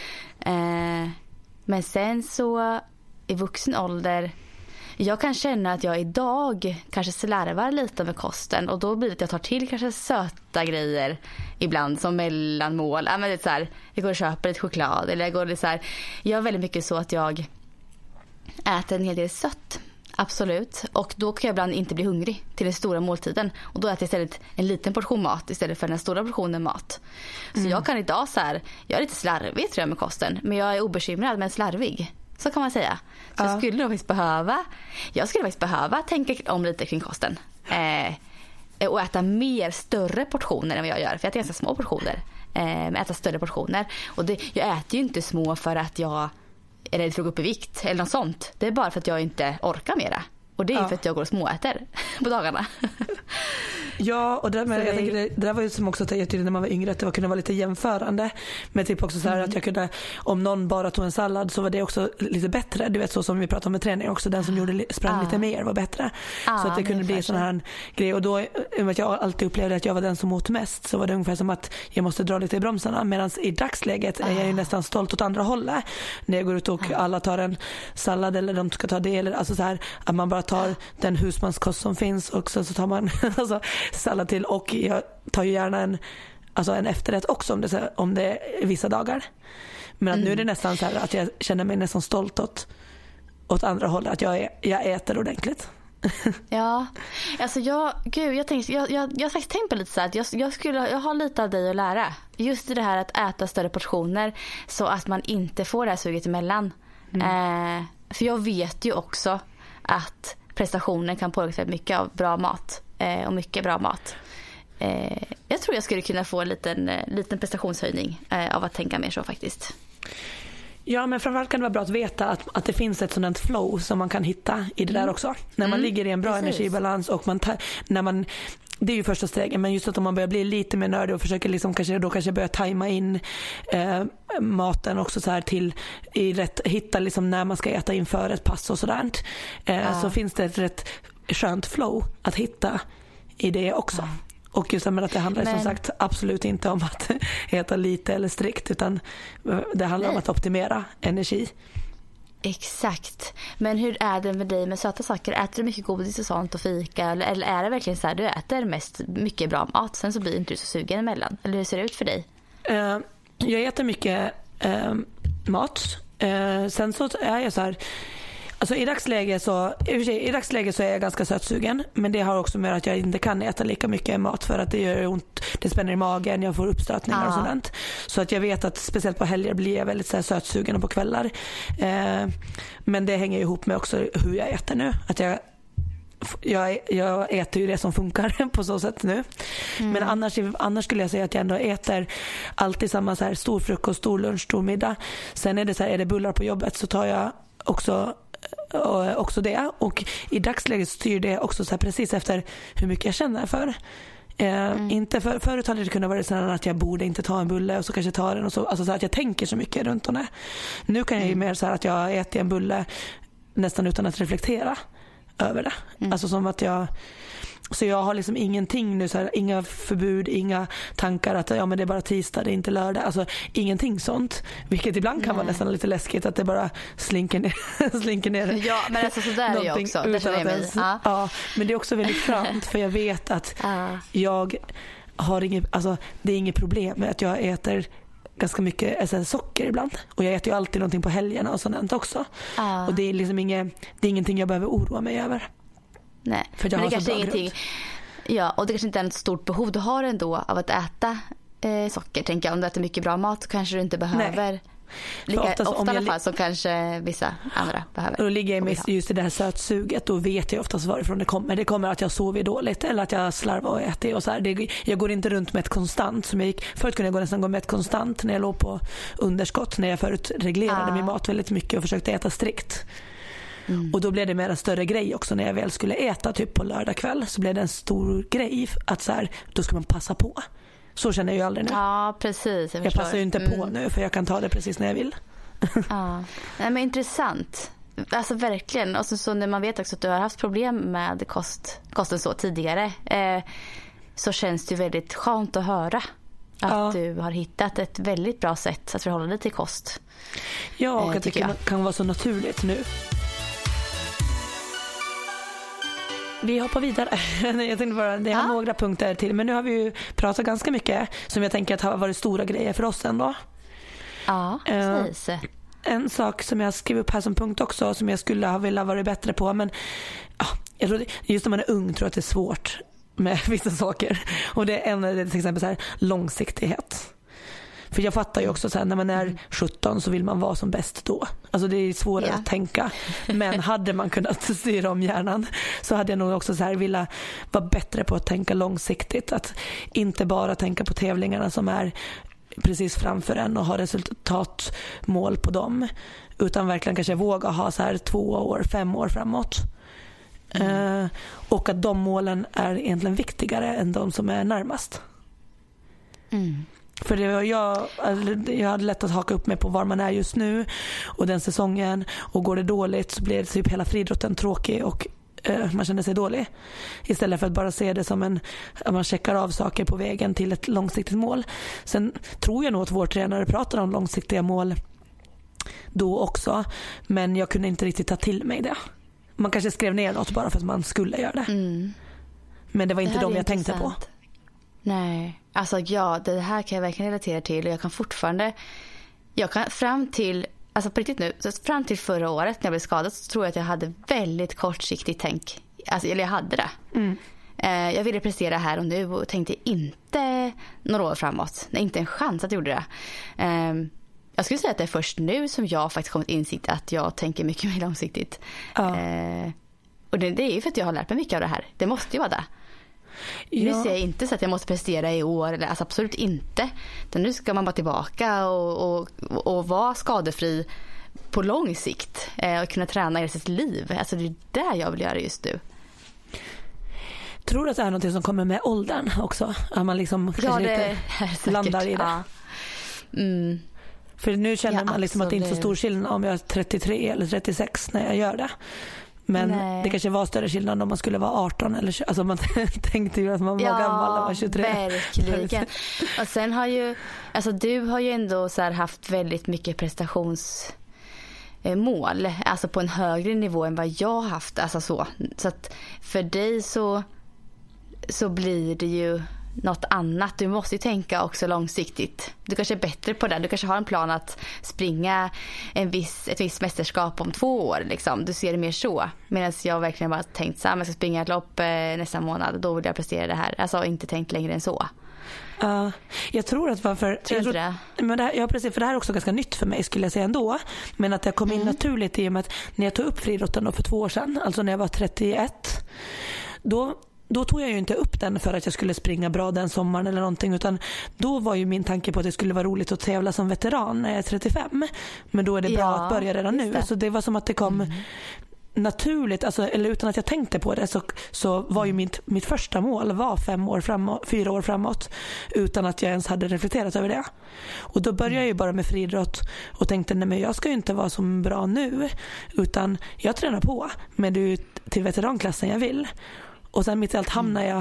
Men sen så i vuxen ålder, jag kan känna att jag idag kanske slarvar lite med kosten och då blir det att jag tar till kanske söta grejer ibland som mellanmål. Men det är så här, jag går och köper lite choklad eller jag går så här, jag är väldigt mycket så att jag äter en hel del sött. Absolut. Och då kan jag ibland inte bli hungrig till den stora måltiden. Och då äter jag istället en liten portion mat istället för den stora portionen mat. Så jag kan idag så här, jag är lite slarvig tror jag med kosten. Men jag är obekymrad men slarvig. Så kan man säga. Så jag skulle faktiskt behöva tänka om lite kring kosten. Och äta mer större portioner än vad jag gör. För jag äter ganska små portioner. Men äta större portioner. Och jag äter ju inte små för att jag är rädd för att gå upp i vikt eller något sånt. Det är bara för att jag inte orkar mera. Och det är för att jag går och småäter på dagarna. Ja, och jag tänker, det där var ju som också att jag tyckte när man var yngre att det kunde vara lite jämförande. Men typ också så här att jag kunde, om någon bara tog en sallad så var det också lite bättre. Du vet så som vi pratade om med träning också, den som sprang lite mer var bättre. Så att det kunde bli sån här grej. Och då, att jag alltid upplevde att jag var den som åt mest, så var det ungefär som att jag måste dra lite i bromsarna. Medan i dagsläget är jag ju nästan stolt åt andra hållet. När jag går ut och alla tar en sallad eller de ska ta det. Eller, alltså så här, att man bara tar den husmanskost som finns och så tar man alltså sallad till, och jag tar ju gärna alltså en efterrätt också om det är vissa dagar. Men att nu är det nästan så här att jag känner mig nästan stolt åt andra hållet, att jag äter ordentligt. Ja, alltså jag har faktiskt tänkt på lite så att jag har lite av dig att lära. Just det här att äta större portioner så att man inte får det här suget emellan. För jag vet ju också att prestationen kan påverka mycket av bra mat och mycket bra mat. Jag tror jag skulle kunna få en liten prestationshöjning av att tänka mer så faktiskt. Ja, men framförallt kan det vara bra att veta att det finns ett sådant flow som man kan hitta i det där också. När man ligger i en bra energibalans och det är ju första steget, men just att om man börjar bli lite mer nördig och försöker liksom kanske börja tajma in maten också så här hitta liksom när man ska äta inför ett pass och sådär. Så finns det ett rätt skönt flow att hitta i det också. Och just att det handlar som sagt absolut inte om att äta lite eller strikt, utan det handlar om att optimera energi. Exakt. Men hur är det med dig med söta saker? Äter du mycket godis och sånt och fika? Eller är det verkligen så här, du äter mest mycket bra mat, sen så blir inte du så sugen emellan? Eller hur ser det ut för dig? Jag äter mycket mat. Sen så är jag så här... Alltså i dagsläget så är jag ganska sötsugen, men det har också med att jag inte kan äta lika mycket mat för att det gör ont, det spänner i magen, jag får uppstötningar och sådant. Så att jag vet att speciellt på helger blir jag väldigt så här sötsugen och på kvällar. Men det hänger ihop med också hur jag äter nu. Att jag äter ju det som funkar på så sätt nu. Men annars skulle jag säga att jag ändå äter alltid samma så här stor frukost, stor lunch, stor middag. Sen är det så här, är det bullar på jobbet så tar jag också det, och i dagsläget styr det också så här precis efter hur mycket jag känner för. Inte förut hade det kunnat vara så att jag borde inte ta en bulle och så kanske ta den och så, alltså så att jag tänker så mycket runt om det. Nu kan jag ju mer så här att jag äter en bulle nästan utan att reflektera över det. Alltså som att så jag har liksom ingenting nu så här, inga förbud, inga tankar att men det är bara tisdag, det är inte lördag, alltså ingenting sånt, vilket ibland kan vara nästan lite läskigt att det bara slinker ner. Ja, men alltså så där är jag också. Det känner jag mig. Ja, men det är också väldigt skönt för jag vet att jag har det är inget problem med att jag äter ganska mycket socker ibland, och jag äter ju alltid någonting på helgerna och sånt också. Och det är liksom det är ingenting jag behöver oroa mig över. Nej, men det kanske ingenting. Ja, och det kanske inte är ett stort behov du har ändå av att äta socker, tänker jag. Om du äter mycket bra mat så kanske du inte behöver lika ofta i alla fall som kanske vissa andra behöver. Och då ligger jag med just i det här sötsuget, då vet jag oftast varifrån det kommer. Det kommer att jag sover dåligt eller att jag slarvar och äter och så här. Jag går inte runt med ett konstant förut kunde jag nästan gå med ett konstant när jag låg på underskott, när jag förut reglerade min mat väldigt mycket och försökte äta strikt. Och då blev det mer en större grej också när jag väl skulle äta typ på lördag kväll, så blev det en stor grej att så här, då ska man passa på. Så känner jag ju aldrig nu. Ja, precis. Jag passar ju inte på nu för jag kan ta det precis när jag vill. Ja, nej, men intressant. Alltså verkligen. Och så när man vet också att du har haft problem med kosten så tidigare, så känns det ju väldigt skönt att höra att du har hittat ett väldigt bra sätt att förhålla dig till kost. Ja, och att det kan vara så naturligt nu. Vi hoppar vidare. Jag tänkte bara, det har några punkter till, men nu har vi ju pratat ganska mycket som jag tänker att har varit stora grejer för oss ändå. Ja, precis. En sak som jag skrev upp här som punkt också, som jag skulle ha velat vara bättre på, men jag tror just när man är ung tror jag att det är svårt med vissa saker. Och det är till exempel så här, långsiktighet. För jag fattar ju också så här, när man är 17 så vill man vara som bäst då. Alltså det är svårare att tänka. Men hade man kunnat styra om hjärnan så hade jag nog också så här vilja vara bättre på att tänka långsiktigt. Att inte bara tänka på tävlingarna som är precis framför en och ha resultatmål på dem. Utan verkligen kanske våga ha så här 2 år, 5 år framåt. Och att de målen är egentligen viktigare än de som är närmast. För jag hade lätt att haka upp mig på var man är just nu och den säsongen, och går det dåligt så blir det typ hela friidrotten tråkig och man känner sig dålig, istället för att bara se det som att man checkar av saker på vägen till ett långsiktigt mål. Sen tror jag nog att vår tränare pratar om långsiktiga mål då också, men jag kunde inte riktigt ta till mig det. Man kanske skrev ner något bara för att man skulle göra det. Men det var inte de jag tänkte på. Nej, alltså det här kan jag verkligen relatera till. Och jag kan fortfarande, fram till förra året när jag blev skadad, så tror jag att jag hade väldigt kortsiktigt tänk. Alltså, eller jag hade det. Jag ville prestera här och nu och tänkte inte några år framåt. Nej, inte en chans att jag gjorde det. Jag skulle säga att det är först nu som jag faktiskt kommit insikt att jag tänker mycket mer långsiktigt. Och det är ju för att jag har lärt mig mycket av det här. Det måste ju vara det. Nu ser jag inte så att jag måste prestera i år, eller alltså absolut inte. Utan nu ska man bara tillbaka och vara skadefri på lång sikt och kunna träna i sitt liv. Alltså det är det jag vill göra just nu. Tror du att det är något som kommer med åldern också? Att man liksom det landar i det? Ja. För nu känner man liksom att det inte är så stor skillnad om jag är 33 eller 36 när jag gör det. Men det kanske var större skillnad om man skulle vara 18 eller alltså man tänkte ju att man var gammal när man var 23. Verkligen. Och sen har ju du har ju ändå så här haft väldigt mycket prestationsmål, alltså på en högre nivå än vad jag har haft, alltså så att för dig så blir det ju något annat. Du måste ju tänka också långsiktigt. Du kanske är bättre på det. Du kanske har en plan att springa ett visst mästerskap om 2 år. Liksom. Du ser det mer så. Medan jag verkligen bara tänkt så här, jag ska springa ett lopp nästa månad. Då vill jag prestera det här. Alltså inte tänkt längre än så. Jag tror att precis, för det här är också ganska nytt för mig skulle jag säga ändå. Men att det kom in naturligt i och med att när jag tog upp friidrotten för 2 år sedan, alltså när jag var 31, då tog jag ju inte upp den för att jag skulle springa bra den sommaren eller någonting, utan då var ju min tanke på att det skulle vara roligt att tävla som veteran när jag är 35. Men då är det bra att börja redan nu. Så det var som att det kom naturligt, alltså, eller utan att jag tänkte på det, så var ju mitt första mål var 4 år framåt utan att jag ens hade reflekterat över det. Och då började jag ju bara med friidrott och tänkte, nej men jag ska ju inte vara så bra nu, utan jag tränar på, men det är ju till veteranklassen jag vill. Och sen mitt i allt hamnar jag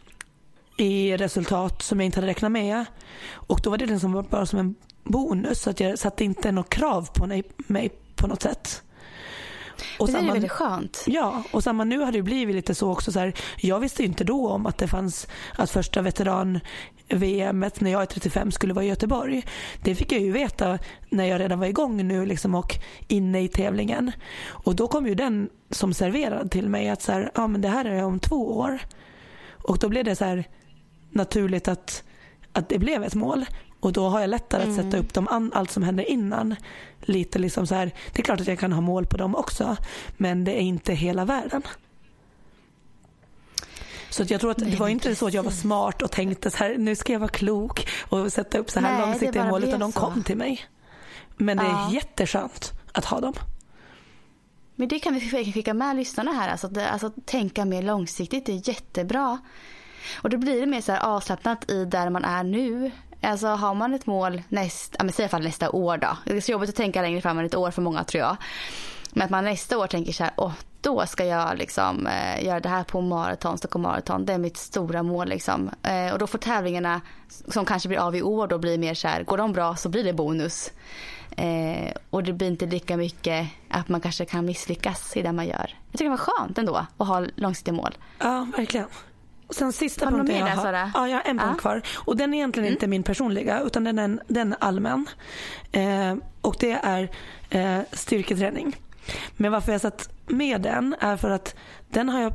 i resultat som jag inte hade räknat med. Och då var det liksom bara som en bonus, så att jag satte inte något krav på mig på något sätt. Och det är väldigt skönt. Ja, och samma nu hade det blivit lite så också så här, jag visste ju inte då om att det fanns att första veteran-VM:et när jag är 35 skulle vara i Göteborg. Det fick jag ju veta när jag redan var igång nu liksom, och inne i tävlingen. Och då kom ju den som serverad till mig att så här, men det här är om 2 år. Och då blev det så här naturligt att det blev ett mål. Och då har jag lättare att sätta upp allt som händer innan. Lite liksom så här, det är klart att jag kan ha mål på dem också, men det är inte hela världen. Så att jag tror att det var inte så att jag var smart och tänkte så här, nu ska jag vara klok och sätta upp så här långsiktiga mål, utan de kom till mig. Men det är jätteskönt att ha dem. Men det kan vi skicka med lyssnarna här. Alltså tänka mer långsiktigt, det är jättebra. Och då blir det mer så här avslappnat i där man är nu. Alltså har man ett mål nästa år då. Det är så jobbigt att tänka längre fram än ett år för många, tror jag. Men att man nästa år tänker så här, då ska jag liksom göra det här på Stockholm maraton. Det är mitt stora mål liksom. Och då får tävlingarna som kanske blir av i år då blir mer så här, går de bra så blir det bonus. Och det blir inte lika mycket att man kanske kan misslyckas i det man gör. Jag tycker det var skönt ändå att ha långsiktiga mål. Ja, verkligen. Och sen sista punkten jag har. Ja, jag har en punkt kvar. Och den är egentligen inte min personliga, utan den är allmän. Och det är styrketräning. Men varför jag satt med den är för att den har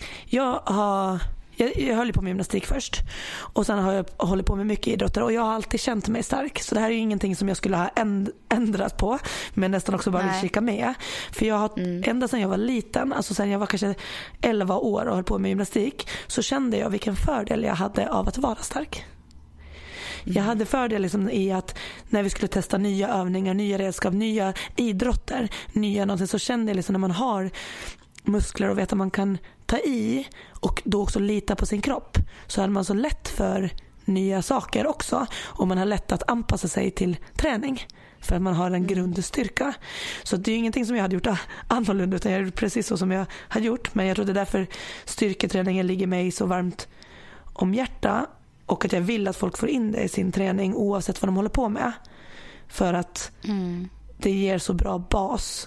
jag höll på med gymnastik först, och sen har jag hållit på med mycket idrotter, och jag har alltid känt mig stark, så det här är ju ingenting som jag skulle ha ändrat på, men nästan också bara vill kika med, för jag har ända sedan jag var liten, alltså sedan jag var kanske 11 år och höll på med gymnastik, så kände jag vilken fördel jag hade av att vara stark. Jag hade fördel liksom i att när vi skulle testa nya övningar, nya redskap, nya idrotter, nya någonting, så kände jag liksom när man har muskler och vet att man kan ta i och då också lita på sin kropp, så hade man så lätt för nya saker också, och man har lätt att anpassa sig till träning för att man har en grundstyrka. Så det är ingenting som jag hade gjort annorlunda, utan jag gjorde precis så som jag hade gjort, men jag tror det är därför styrketräningen ligger mig så varmt om hjärta, och att jag vill att folk får in det i sin träning oavsett vad de håller på med, för att det ger så bra bas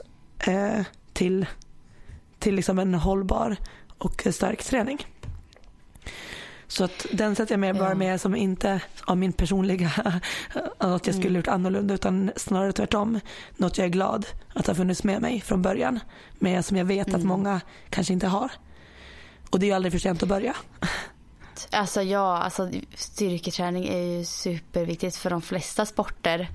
till liksom en hållbar och stark träning. Så att den sätter jag med bara med som inte av min personliga något jag skulle gjort annorlunda, utan snarare tvärtom. Något jag är glad att ha funnits med mig från början, men som jag vet att många kanske inte har. Och det är ju aldrig för sent att börja. Alltså styrketräning är ju superviktigt för de flesta sporter.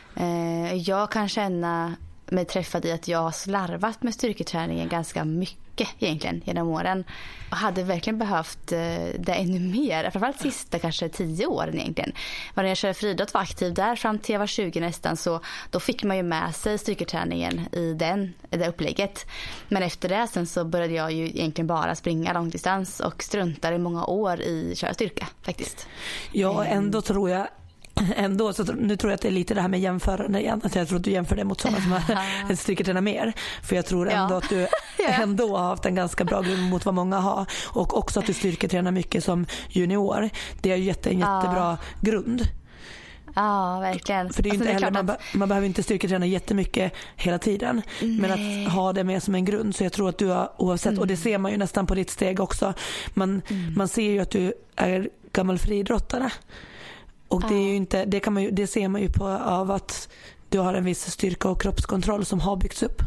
Jag kan känna mig träffad i att jag har slarvat med styrketräningen ganska mycket egentligen genom åren. Och hade verkligen behövt det ännu mer. Framförallt sista kanske 10 åren egentligen. När jag körde friidrott, var aktiv där fram till jag var 20 nästan, så då fick man ju med sig styrketräningen i det upplägget. Men efter det sen så började jag ju egentligen bara springa långdistans och struntade i många år i köra styrka faktiskt. Ja, ändå tror jag så nu tror jag att det är lite det här med jämförande igen, att jag tror att du jämför det mot sådana som har styrketränar mer, för jag tror ändå att du ändå har haft en ganska bra grund mot vad många har, och också att du styrketränar mycket som junior. Det är ju en jättebra grund. Ja, verkligen. För det är ju inte heller, man behöver inte styrketräna jättemycket hela tiden. Men att ha det med som en grund, så jag tror att du har oavsett, och det ser man ju nästan på ditt steg också. Man ser ju att du är gammal friidrottare. Och det är ju inte, det ser man ju på av att du har en viss styrka och kroppskontroll som har byggts upp.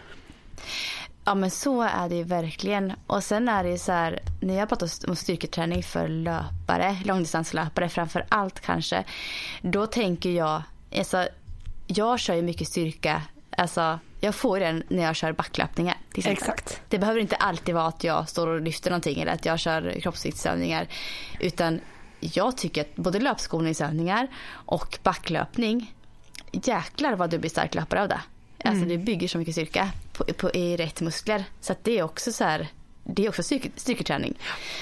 Ja, men så är det ju verkligen. Och sen är det ju så här, när jag pratar om styrketräning för löpare, långdistanslöpare framför allt kanske, då tänker jag, alltså, jag kör ju mycket styrka, alltså jag får den när jag kör backlöpningar. Exakt. Det behöver inte alltid vara att jag står och lyfter någonting eller att jag kör kroppsviktsövningar, utan jag tycker att både löpskolningsövningar och backlöpning, jäklar vad du blir stark löpare av det. Alltså det bygger så mycket styrka i rätt muskler. Så att det är också så här, det är också styrketräning.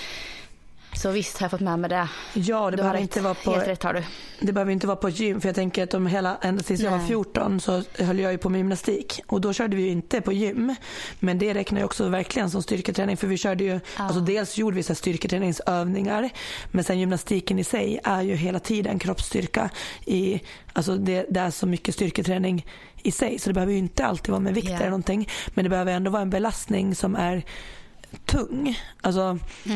Så visst har jag fått med mig det. Ja, det behöver inte vara på, helt rätt har du. Det behöver inte vara på gym, för jag tänker att ända tills jag var 14 så höll jag ju på med gymnastik, och då körde vi ju inte på gym, men det räknar ju också verkligen som styrketräning, för vi körde ju alltså dels gjorde vi så styrketräningsövningar, men sen gymnastiken i sig är ju hela tiden kroppsstyrka i, alltså det är så mycket styrketräning i sig, så det behöver ju inte alltid vara med vikt eller någonting, men det behöver ändå vara en belastning som är tung. Alltså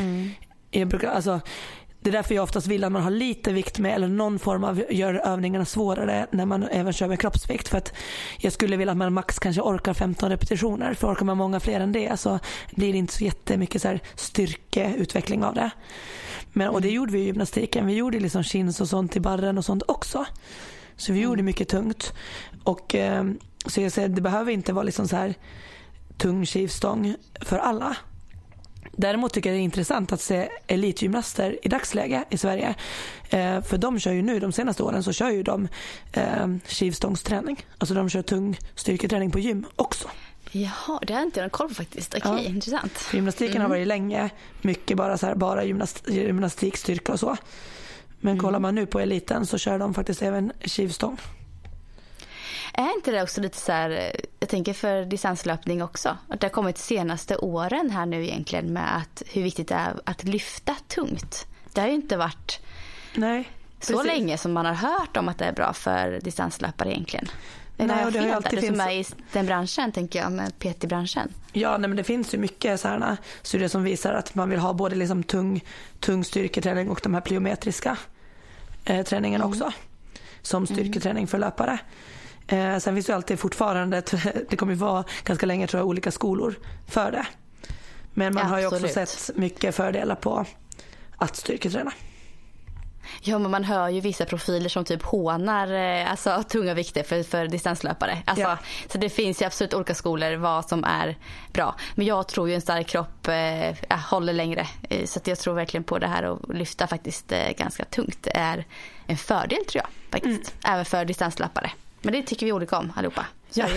det är därför jag oftast vill att man har lite vikt med, eller någon form av gör övningarna svårare när man även kör med kroppsvikt, för att jag skulle vilja att man max kanske orkar 15 repetitioner, för orkar man många fler än det så blir det inte så jättemycket så här styrkeutveckling av det. Men, och det gjorde vi i gymnastiken, vi gjorde liksom chins och sånt i barren och sånt också, så vi gjorde mycket tungt, och så jag säger, det behöver inte vara liksom så här tung skivstång för alla. Däremot tycker jag det är intressant att se elitgymnaster i dagsläge i Sverige. För de kör ju nu, de senaste åren så kör ju de skivstångsträning. Alltså de kör tung styrketräning på gym också. Jaha, det har inte jag koll på faktiskt. Okej, intressant. För gymnastiken har varit länge mycket bara gymnastikstyrka och så. Men kollar man nu på eliten så kör de faktiskt även skivstång. Är inte det också lite så här, jag tänker för distanslöpning också, att det har kommit de senaste åren här nu egentligen med att hur viktigt det är att lyfta tungt. Det har ju inte varit så länge som man har hört om att det är bra för distanslöpare egentligen. Nej, och det har ju alltid finns som är i den branschen, tänker jag, med PT-branschen. Ja, men det finns ju mycket sådana studier som visar att man vill ha både liksom tung styrketräning och de här plyometriska träningarna också som styrketräning för löpare. Sen finns det alltid fortfarande, det kommer ju vara ganska länge tror jag, olika skolor för det. Men man har ju också sett mycket fördelar på att styrketräna. Ja, men man hör ju vissa profiler som typ hånar alltså tunga vikter för distanslöpare. Alltså, så det finns ju absolut olika skolor vad som är bra. Men jag tror ju en stark kropp håller längre. Så att jag tror verkligen på det här att lyfta faktiskt ganska tungt. Det är en fördel tror jag faktiskt. Även för distanslöpare. Men det tycker vi olika om allihopa. Ja.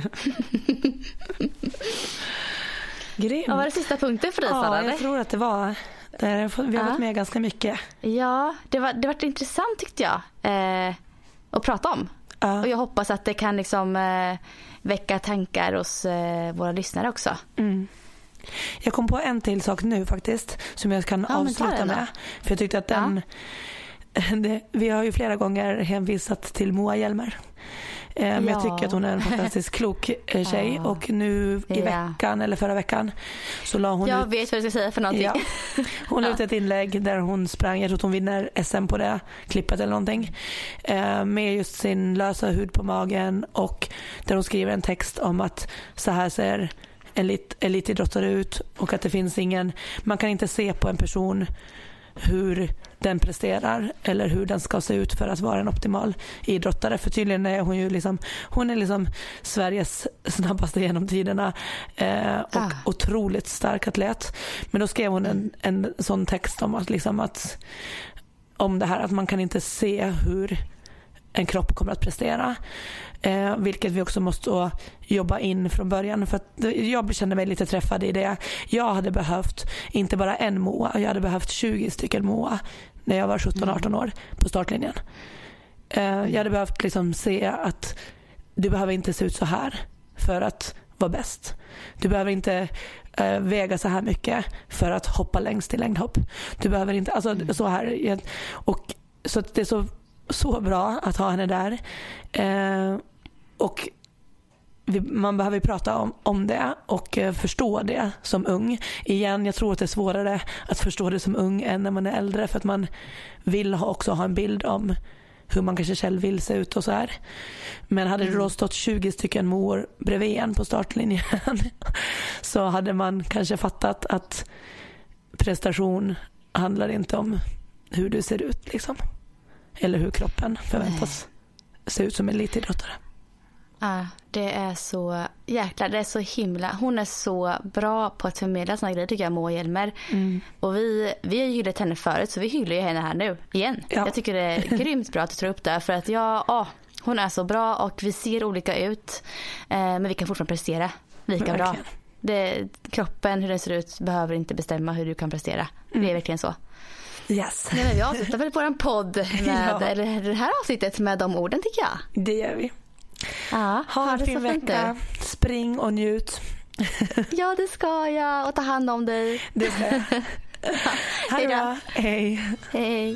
Grymt. Ja, var det sista punkten för dig, Sara? Ja, jag tror att det var. Vi har varit med ganska mycket. Ja, det var intressant tyckte jag att prata om. Och jag hoppas att det kan liksom väcka tankar hos våra lyssnare också. Jag kom på en till sak nu faktiskt som jag kan avsluta med. För jag tyckte att vi har ju flera gånger hänvisat till Moa Hjelmer. Men jag tycker att hon är en fantastiskt klok tjej. Och nu i veckan, eller förra veckan, så la hon jag ut... vet vad du ska säga för någonting. Hon la ut ett inlägg där hon sprang, jag tror att hon vinner SM på det klippet eller någonting, med just sin lösa hud på magen, och där hon skriver en text om att så här ser elitidrottare ut, och att det finns man kan inte se på en person hur den presterar eller hur den ska se ut för att vara en optimal idrottare, för tydligen är hon ju hon är Sveriges snabbaste genom tiderna och otroligt stark atlet. Men då skrev hon en sån text om att om det här att man kan inte se hur en kropp kommer att prestera, vilket vi också måste jobba in från början, för att jag kände mig lite träffad i det. Jag hade behövt inte bara en Moa, jag hade behövt 20 stycken Moa när jag var 17-18 år på startlinjen. Jag hade behövt se att du behöver inte se ut så här för att vara bäst. Du behöver inte väga så här mycket för att hoppa längst i längdhopp. Du behöver inte, så här. Och så att det är så bra att ha henne där, och man behöver prata om det och förstå det som ung. Igen, jag tror att det är svårare att förstå det som ung än när man är äldre, för att man vill också ha en bild om hur man kanske själv vill se ut och så här. Men hade det då stått 20 stycken mor bredvid en på startlinjen så hade man kanske fattat att prestation handlar inte om hur du ser ut eller hur kroppen förväntas se ut som en elitidrottare. Ja, det är så jäkla, det är så himla. Hon är så bra på att förmedla såna grejer, tycker jag, Moa Hjelmer. Och vi har ju hyllat henne förut, så vi hyllar ju henne här nu igen. Ja. Jag tycker det är grymt bra att du tar upp det, för att hon är så bra och vi ser olika ut, men vi kan fortfarande prestera lika bra. Kroppen, hur den ser ut, behöver inte bestämma hur du kan prestera. Det är verkligen så. Yes. Nej, men vi avslutar väl på en podd med eller det här avsnittet med de orden, tycker jag. Det gör vi. Ja, ha en fin vecka. Spring och njut. Ja, det ska jag. Och ta hand om dig. Det ska jag. Hej då. Hej. Hej.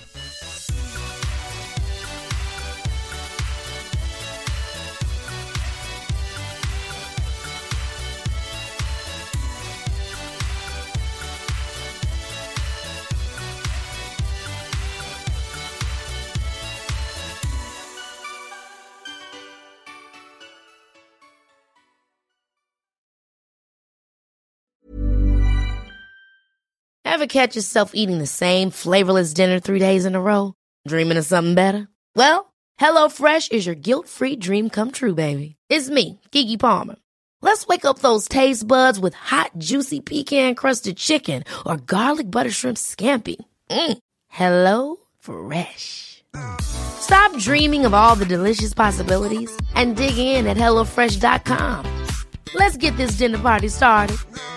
Ever catch yourself eating the same flavorless dinner 3 days in a row? Dreaming of something better? Well, HelloFresh is your guilt-free dream come true, baby. It's me, Keke Palmer. Let's wake up those taste buds with hot, juicy pecan-crusted chicken or garlic butter shrimp scampi. Hello Fresh. Stop dreaming of all the delicious possibilities and dig in at HelloFresh.com. Let's get this dinner party started.